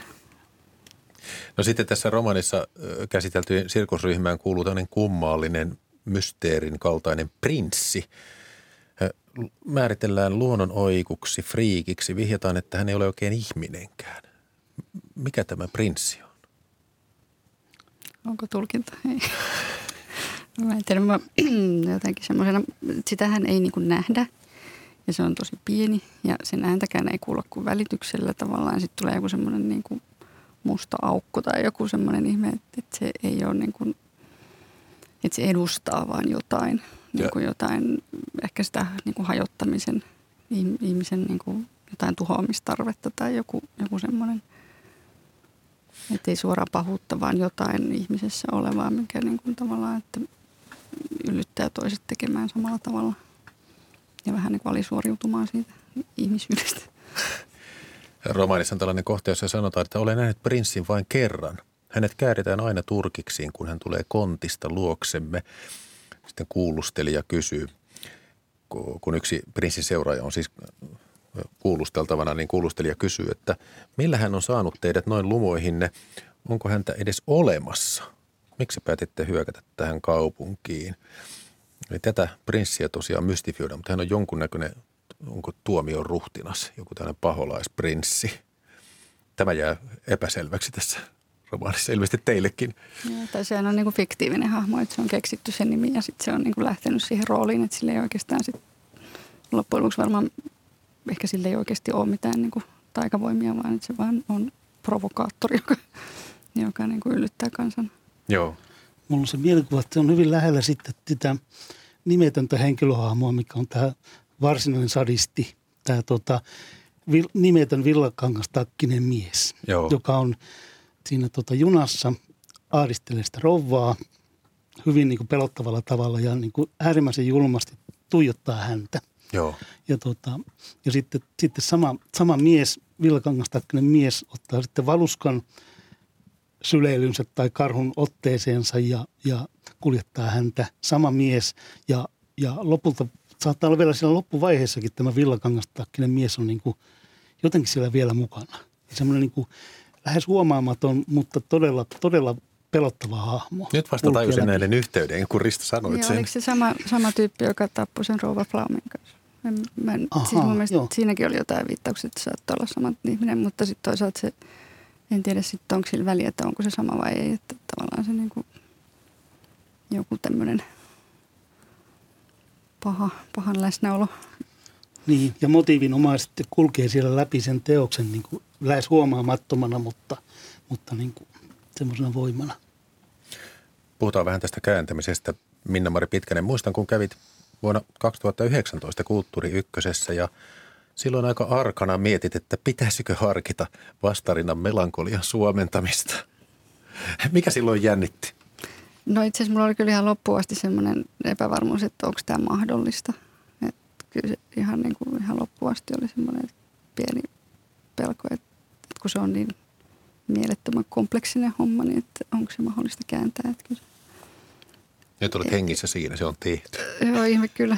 Speaker 2: No sitten tässä romaanissa käsiteltyyn sirkusryhmään kuuluu tämmöinen kummallinen mysteerin kaltainen prinssi. Määritellään luonnon oikuksi, friikiksi, vihjataan, että hän ei ole oikein ihminenkään. Mikä tämä prinssi on?
Speaker 3: Onko tulkinta? Ei. Mä en tiedä, jotenkin semmoisena, sitähän ei niin kuin nähdä ja se on tosi pieni ja sen ääntäkään ei kuulla kuin välityksellä tavallaan. Sitten tulee joku semmoinen niin kuin musta aukko tai joku semmoinen ihme, että se ei ole niin kuin, että se edustaa vaan jotain, niin kuin jotain, ehkä sitä niin kuin hajottamisen, ihmisen niin kuin jotain tuhoamistarvetta tai joku semmoinen. Että ei suoraan pahuutta, vaan jotain ihmisessä olevaa, mikä niin kuin tavallaan, että yllyttää toiset tekemään samalla tavalla. Ja vähän niin kuin alisuoriutumaan siitä ihmisyydestä.
Speaker 2: Romaanissa on tällainen kohta, jossa sanotaan, että olen nähnyt prinssin vain kerran. Hänet kääritään aina turkiksiin, kun hän tulee kontista luoksemme. Sitten kuulustelija kysyy, kun yksi prinssin seuraaja on siis kuulusteltavana, niin kuulustelija kysyy, että millä hän on saanut teidät noin lumoihinne? Onko häntä edes olemassa? Miksi päätitte hyökätä tähän kaupunkiin? Eli tätä prinssiä tosiaan mystifioidaan, mutta hän on jonkunnäköinen, onko tuomion ruhtinas, joku tällainen paholaisprinssi. Tämä jää epäselväksi tässä romaanissa, ilmeisesti teillekin.
Speaker 3: Joo, tai sehän on niin kuin fiktiivinen hahmo, että se on keksitty sen nimi ja sitten se on niin kuin lähtenyt siihen rooliin, että sillä ei oikeastaan sit loppujen lopuksi varmaan, ehkä sillä ei oikeasti ole mitään niin kuin taikavoimia, vaan että se vaan on provokaattori, joka niin kuin yllyttää kansan.
Speaker 2: Joo.
Speaker 4: Mulla on se mielikuva, että se on hyvin lähellä sitten tätä nimetöntä henkilöhahmoa, mikä on tämä varsinainen sadisti, tämä nimetön villakangastakkinen mies,
Speaker 2: Joo.
Speaker 4: joka on siinä junassa ahdistelee sitä rouvaa hyvin niin kuin pelottavalla tavalla ja niin kuin äärimmäisen julmasti tuijottaa häntä.
Speaker 2: Joo.
Speaker 4: Ja sitten sama mies, villakangastakkinen mies, ottaa sitten valuskan syleilynsä tai karhun otteeseensa ja kuljettaa häntä sama mies. Ja lopulta saattaa olla vielä siinä loppuvaiheessakin tämä villakangastakkinen mies on niin kuin jotenkin siellä vielä mukana. Semmoinen niin kuin lähes huomaamaton, mutta todella, todella pelottava hahmo.
Speaker 2: Nyt vasta tajusin näiden yhteyden, kun Risto sanoit
Speaker 3: niin,
Speaker 2: sen.
Speaker 3: Oliko se sama tyyppi, joka tappoi sen rouva Flaumin kanssa? Siis mun mielestä siinäkin oli jotain viittauksia, että saattaa olla sama ihminen, mutta sitten toisaalta se, en tiedä sitten onko sillä väliä, että onko se sama vai ei. Että tavallaan se niinku joku tämmöinen pahan läsnäolo.
Speaker 4: Niin, ja motiivinomaisesti kulkee siellä läpi sen teoksen niin kuin lähes huomaamattomana, mutta niin kuin semmoisena voimana.
Speaker 2: Puhutaan vähän tästä kääntämisestä. Minna-Mari Pitkänen, muistan kun kävit vuonna 2019 Kulttuuri Ykkösessä ja silloin aika arkana mietit, että pitäisikö harkita Vastarinnan melankolian suomentamista. Mikä silloin jännitti?
Speaker 3: No itse asiassa mulla oli kyllä ihan loppuun asti semmoinen epävarmuus, että onko tämä mahdollista. Että kyllä se ihan loppuun asti oli semmoinen pieni pelko, että kun se on niin mielettömän kompleksinen homma, niin että onko se mahdollista kääntää. Että kyllä.
Speaker 2: Nyt olet hengissä siinä, se on tehty.
Speaker 3: Joo, ihme kyllä.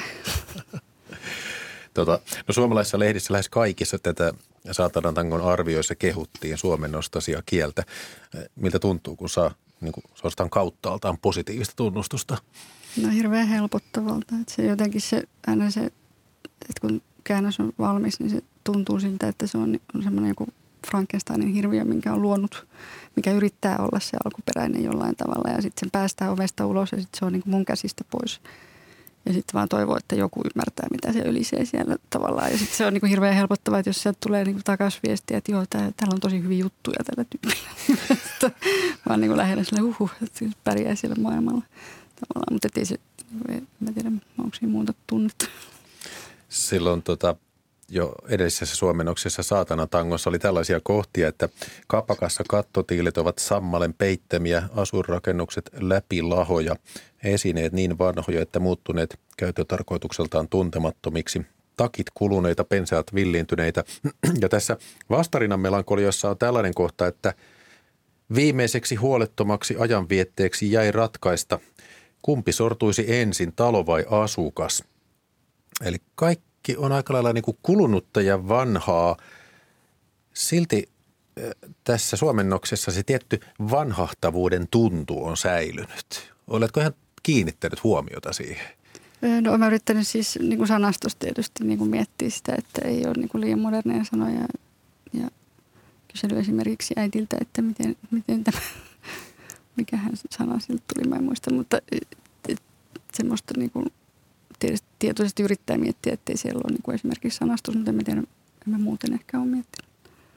Speaker 2: No suomalaisissa lehdissä lähes kaikissa tätä Saatanan tangon arvioissa kehuttiin suomennostaisia kieltä. Miltä tuntuu, kun saa niin kuin suorastaan kauttaaltaan positiivista tunnustusta?
Speaker 3: No hirveän helpottavalta. Että se jotenkin aina se, että kun käännös on valmis, niin se tuntuu siltä, että se on semmoinen joku Frankensteinin hirviö, minkä on luonut, mikä yrittää olla se alkuperäinen jollain tavalla. Ja sitten sen päästään ovesta ulos ja sitten se on niin kuin mun käsistä pois. Ja sitten vaan toivoo, että joku ymmärtää, mitä se ölisee siellä tavallaan. Ja sitten se on niin kuin hirveän helpottavaa, että jos sieltä tulee niin kuin takaisin viestiä, että joo, täällä on tosi hyviä juttuja tällä tyypillä. Vaan niin kuin lähinnä silleen että pärjää siellä maailmalla tavallaan. Mutta ei se, mä tiedä, onko siinä muuta tunnetta.
Speaker 2: Silloin jo edellisessä suomennoksessa Saatanan tangossa oli tällaisia kohtia, että kapakassa kattotiilit ovat sammalen peittämiä, asuinrakennukset läpilahoja, esineet niin vanhoja, että muuttuneet käyttötarkoitukseltaan tuntemattomiksi, takit kuluneita, pensaat villiintyneitä. Ja tässä Vastarinnan melankoliassa on tällainen kohta, että viimeiseksi huolettomaksi ajanvietteeksi jäi ratkaista, kumpi sortuisi ensin, talo vai asukas. Eli kaikki on aika lailla niin kuin kulunutta ja vanhaa. Silti tässä suomennoksessa se tietty vanhahtavuuden tuntu on säilynyt. Oletko ihan kiinnittänyt huomiota siihen?
Speaker 3: No olen yrittänyt siis niin kuin sanastosta tietysti niin kuin miettiä sitä, että ei ole niin kuin liian moderneja sanoja. Ja kysely esimerkiksi äitiltä, että miten tämä, mikähän sana siltä tuli, mä en muista, mutta semmoista niin kuin tietoisesti yrittää miettiä, ettei siellä ole niin kuin esimerkiksi sanastus, mutta en tiedä, en mä muuten ehkä ole miettinyt.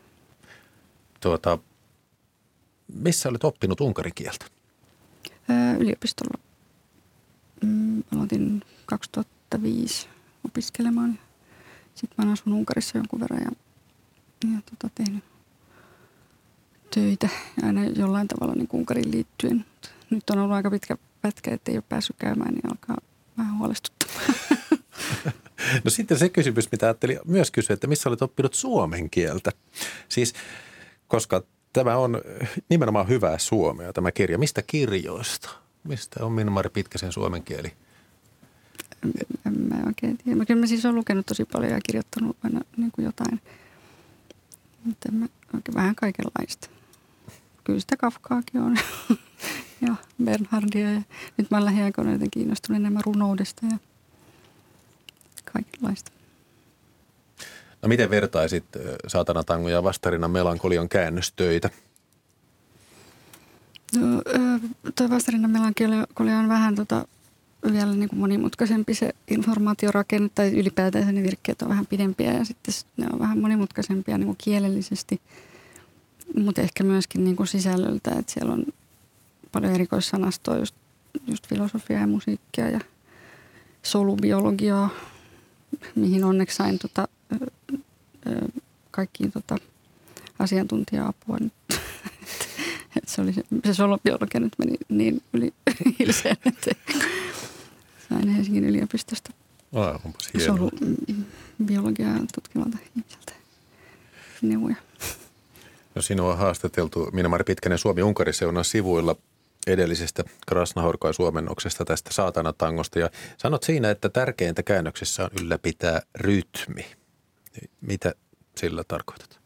Speaker 2: Missä olet oppinut unkarin kieltä?
Speaker 3: Yliopistolla. Aloitin 2005 opiskelemaan. Sitten mä asun Unkarissa jonkun verran ja tehnyt töitä aina jollain tavalla niin Unkariin liittyen. Nyt on ollut aika pitkä pätkä, ettei ole päässyt käymään, niin alkaa vähän huolestuttamaan.
Speaker 2: No sitten se kysymys, mitä ajattelin myös kysyä, että missä olet oppinut suomen kieltä? Siis, koska tämä on nimenomaan hyvää suomea, tämä kirja. Mistä kirjoista? Mistä on Minna-Mari Pitkäsen suomen kieli?
Speaker 3: En mä oikein tiedä. Kyllä mä siis olen lukenut tosi paljon ja kirjoittanut aina niin kuin jotain. Mutta vähän kaikenlaista. Kyllä sitä Kafkaakin on. Ja Bernhardia. Ja nyt mä olen lähiaikoina joten kiinnostunut enemmän runoudesta ja kaikenlaista.
Speaker 2: No miten vertaisit Saatanan tangon ja Vastarinnan melankolian käännöstöitä?
Speaker 3: No, tuo Vastarinnan melankolia on vähän vielä niin kuin monimutkaisempi se informaatiorakenne, tai ylipäätään ne virkkeet on vähän pidempiä ja sitten ne on vähän monimutkaisempia niin kuin kielellisesti, mutta ehkä myöskin niin kuin sisällöltä, että siellä on paljon erikoissanastoa, just filosofiaa ja musiikkia ja solubiologiaa, mihin onneksi sain kaikkiin asiantuntija-apua nyt. Se oli se solubiologia nyt meni niin yli hilseen, että sain Helsingin yliopistosta solubiologiaa tutkivalta ihmiseltä neuvoja.
Speaker 2: No sinua on haastateltu Minna-Mari Pitkänen Suomi-Unkari-seunan sivuilla edellisestä Krasnahorkai-suomennoksesta tästä saatanatangosta ja sanot siinä, että tärkeintä käännöksessä on ylläpitää rytmi. Mitä sillä tarkoitat?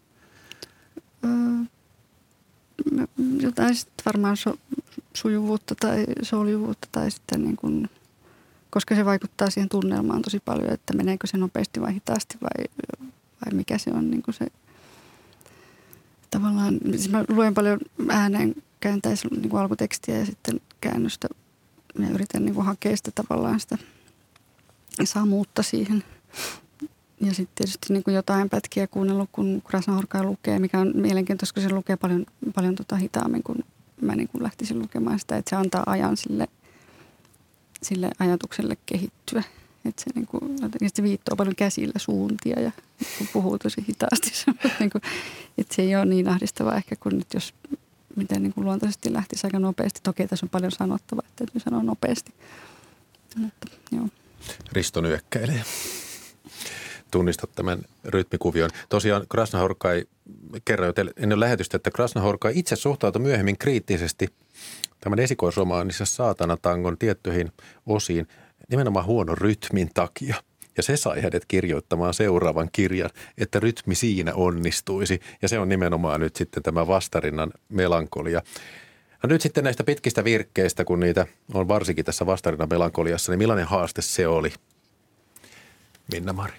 Speaker 3: Jotain sitten varmaan sujuvuutta tai soljuvuutta tai sitten niin kuin, koska se vaikuttaa siihen tunnelmaan tosi paljon, että meneekö se nopeasti vai hitaasti vai mikä se on niin kuin se tavallaan. Siis mä luen paljon ääneen kääntäessä niin kuin alkutekstiä ja sitten käännöstä. Mä yritän niin kuin hakea sitä tavallaan sitä samuutta siihen. Ja sitten tietysti niin kuin jotain pätkiä kuunnellut, kun Krasnahorkai lukee, mikä on mielenkiintoista, koska se lukee paljon hitaammin, kun mä niin kuin lähtisin lukemaan sitä, että se antaa ajan sille ajatukselle kehittyä. Että se, niin kuin, se viittoo paljon käsillä suuntia ja niin puhuu tosi hitaasti. Niin kuin, että se ei ole niin ahdistavaa ehkä kuin nyt, jos miten niin kuin luontaisesti lähtisi aika nopeasti. Toki tässä on paljon sanottavaa, että täytyy sanoa nopeasti. Mutta, joo.
Speaker 2: Risto nyökkäilee. Tunnistat tämän rytmikuvion. Tosiaan Krasnahorkai, kerroin jo teille ennen lähetystä, että Krasnahorkai itse suhtautui myöhemmin kriittisesti tämän esikoisromaanissa Saatanatangon tiettyihin osiin nimenomaan huonon rytmin takia. Ja se sai hänet kirjoittamaan seuraavan kirjan, että rytmi siinä onnistuisi. Ja se on nimenomaan nyt sitten tämä Vastarinnan melankolia. No nyt sitten näistä pitkistä virkkeistä, kun niitä on varsinkin tässä Vastarinnan melankoliassa, niin millainen haaste se oli, Minna-Mari?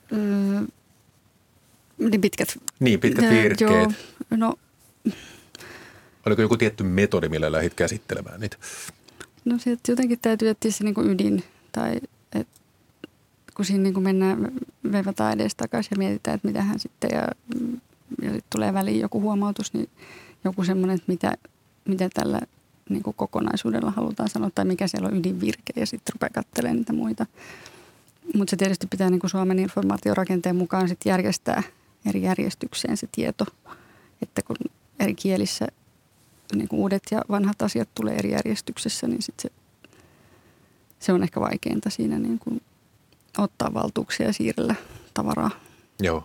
Speaker 3: Niin pitkät
Speaker 2: virkkeet.
Speaker 3: Joo, no.
Speaker 2: Oliko joku tietty metodi, millä lähdit käsittelemään niitä?
Speaker 3: No sieltä jotenkin täytyy etsiä se niin kuin ydin, tai kun siinä niin kuin mennään, veivataan edes takaisin ja mietitään, että mitähän sitten, ja sitten tulee väliin joku huomautus, niin joku semmoinen, että mitä tällä niin kuin kokonaisuudella halutaan sanoa, tai mikä siellä on ydinvirke, ja sitten rupeaa katselemaan niitä muita. Mutta se tietysti pitää niin kuin Suomen informaatiorakenteen mukaan sit järjestää eri järjestykseen se tieto, että kun eri kielissä niin kuin uudet ja vanhat asiat tulee eri järjestyksessä, niin sit se on ehkä vaikeinta siinä niin kuin ottaa valtuuksia ja siirrellä tavaraa.
Speaker 2: Joo.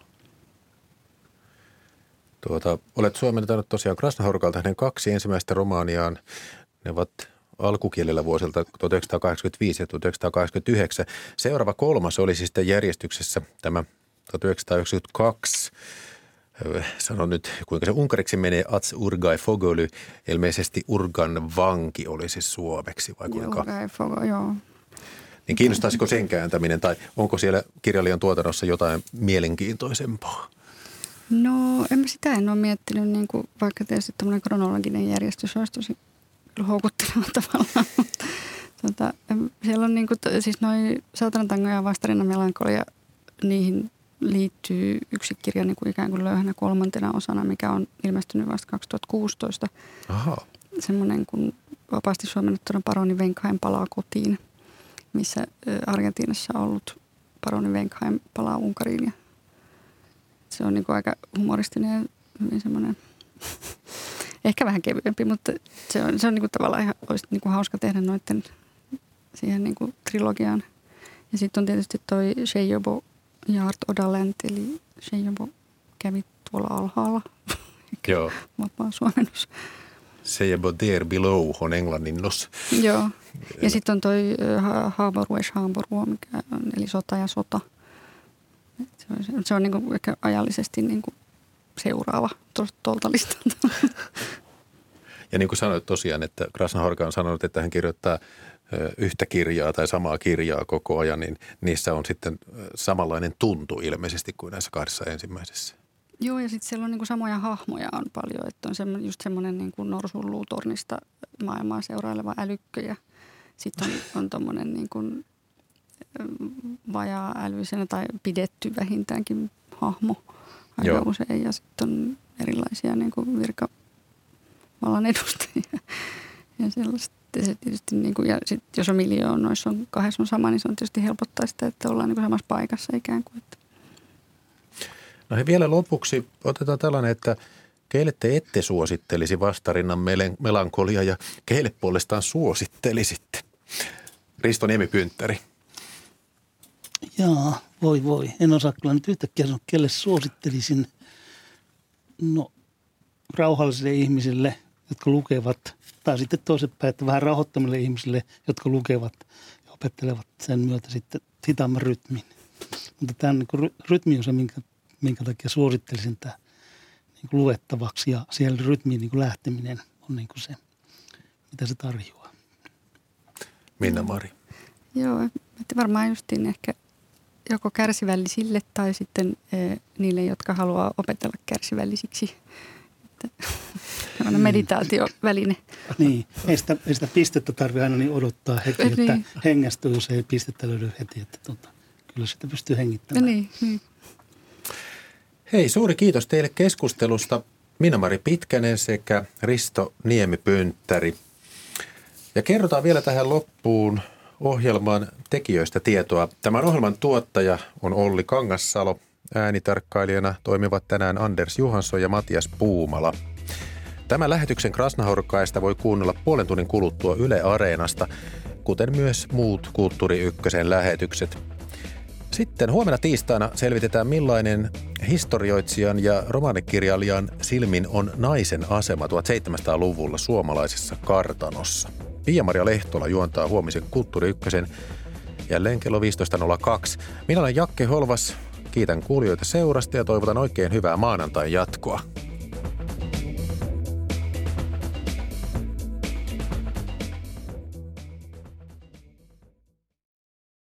Speaker 2: Olet suomentanut tosiaan Krasnahorkailta hänen 2 ensimmäistä romaaniaan. Ne ovat alkukielellä vuosilta 1985 ja 1989. Seuraava 3 oli siis sitten järjestyksessä tämä 1992. Sanon nyt, kuinka se unkariksi menee, Ats Urgai Fogöly, ilmeisesti Urgan vanki oli siis suomeksi vai kuinka?
Speaker 3: Urgai Fogöly, joo.
Speaker 2: Niin kiinnostaisiko sen kääntäminen tai onko siellä kirjailijan tuotannossa jotain mielenkiintoisempaa?
Speaker 3: No en ole miettinyt, niin kuin, vaikka tietysti tämmöinen kronologinen järjestys olisi tosi houkutteleva tavallaan. Siellä on niin kuin, siis noi Saatanatango ja Vastarinnan melankolia, niihin liittyy yksi kirja niin kuin ikään kuin löyhänä 3. osana, mikä on ilmestynyt vasta 2016.
Speaker 2: Aha.
Speaker 3: Semmoinen kuin vapaasti suomennettuna Paroni Wenkheim palaa kotiin, missä Argentiinassa ollut Paroni Wenkheim palaa Unkariin. Ja se on niin kuin aika humoristinen ja hyvin semmoinen, ehkä vähän kevyempi, mutta se on niin kuin tavallaan ihan, olisi niin kuin hauska tehdä noiden siihen niin kuin trilogiaan. Ja sitten on tietysti toi Seijobo Jaart Odalent, eli Seijobo kävi tuolla alhaalla.
Speaker 2: Joo.
Speaker 3: Vapaa suomennus.
Speaker 2: Seijobo there below on englanninnos.
Speaker 3: Joo. Ja sitten on toi Haaborues Haaborua, mikä on, eli sota ja sota. Se on niin kuin ehkä ajallisesti niin kuin seuraava tuolta listalta.
Speaker 2: Ja niin kuin sanoit tosiaan, että Krasnahorkai on sanonut, että hän kirjoittaa yhtä kirjaa tai samaa kirjaa koko ajan, niin niissä on sitten samanlainen tuntu ilmeisesti kuin näissä 2 ensimmäisessä.
Speaker 3: Joo, ja sitten siellä on niin kuin samoja hahmoja on paljon, että on just semmoinen niin kuin norsun luutornista maailmaa seuraileva älykkö ja sitten on tommoinen niin kuin vajaa-älyisenä tai pidetty vähintäänkin hahmo aika usein. Ja sitten on erilaisia niin kuin virkavallan edustajia ja sellaista. Se tietysti, niin kuin, ja sitten jos on noissa on 2 on sama, niin se on tietysti helpottaa sitä, että ollaan niin kuin samassa paikassa ikään kuin.
Speaker 2: No he vielä lopuksi otetaan tällainen, että keille te ette suosittelisi Vastarinnan melankolia ja keille puolestaan suosittelisitte? Risto Niemi-Pynttäri.
Speaker 4: Jaa, voi. En osaa kyllä nyt yhtäkkiä sanoa, kelle suosittelisin. No, rauhallisille ihmisille, jotka lukevat, tai sitten toisinpäin, että vähän rauhoittamille ihmisille, jotka lukevat ja opettelevat sen myötä sitten hitaamman rytmin. Mutta tämä niin rytmi on se, minkä takia suosittelisin tämä niin luettavaksi, ja siellä rytmiin niin lähteminen on niin se, mitä se tarjoaa.
Speaker 2: Minna-Mari.
Speaker 3: Joo, että varmaan justiin ehkä joko kärsivällisille tai sitten niille, jotka haluaa opetella kärsivällisiksi. Meditaatioväline.
Speaker 4: Niin, ei sitä pistettä tarvitse aina niin odottaa heti,
Speaker 3: niin.
Speaker 4: että hengästyy, jos ei pistettä löydy heti. Että kyllä sitä pystyy hengittämään.
Speaker 3: Niin.
Speaker 2: Hei, suuri kiitos teille keskustelusta, Minna-Mari Pitkänen sekä Risto Niemi-Pynttäri. Ja kerrotaan vielä tähän loppuun ohjelman tekijöistä tietoa. Tämän ohjelman tuottaja on Olli Kangassalo. Äänitarkkailijana toimivat tänään Anders Johansson ja Matias Puumala. Tämän lähetyksen Krasnahorkaista voi kuunnella puolen tunnin kuluttua Yle Areenasta, kuten myös muut Kulttuuri Ykkösen lähetykset. Sitten huomenna tiistaina selvitetään, millainen historioitsijan ja romaanikirjailijan silmin on naisen asema 1700-luvulla suomalaisessa kartanossa. Pia-Maria Lehtola juontaa huomisen Kulttuuri Ykkösen jälleen kello 15.02. Minä olen Jakke Holvas. Kiitän kuulijoita seurasta ja toivotan oikein hyvää maanantain jatkoa.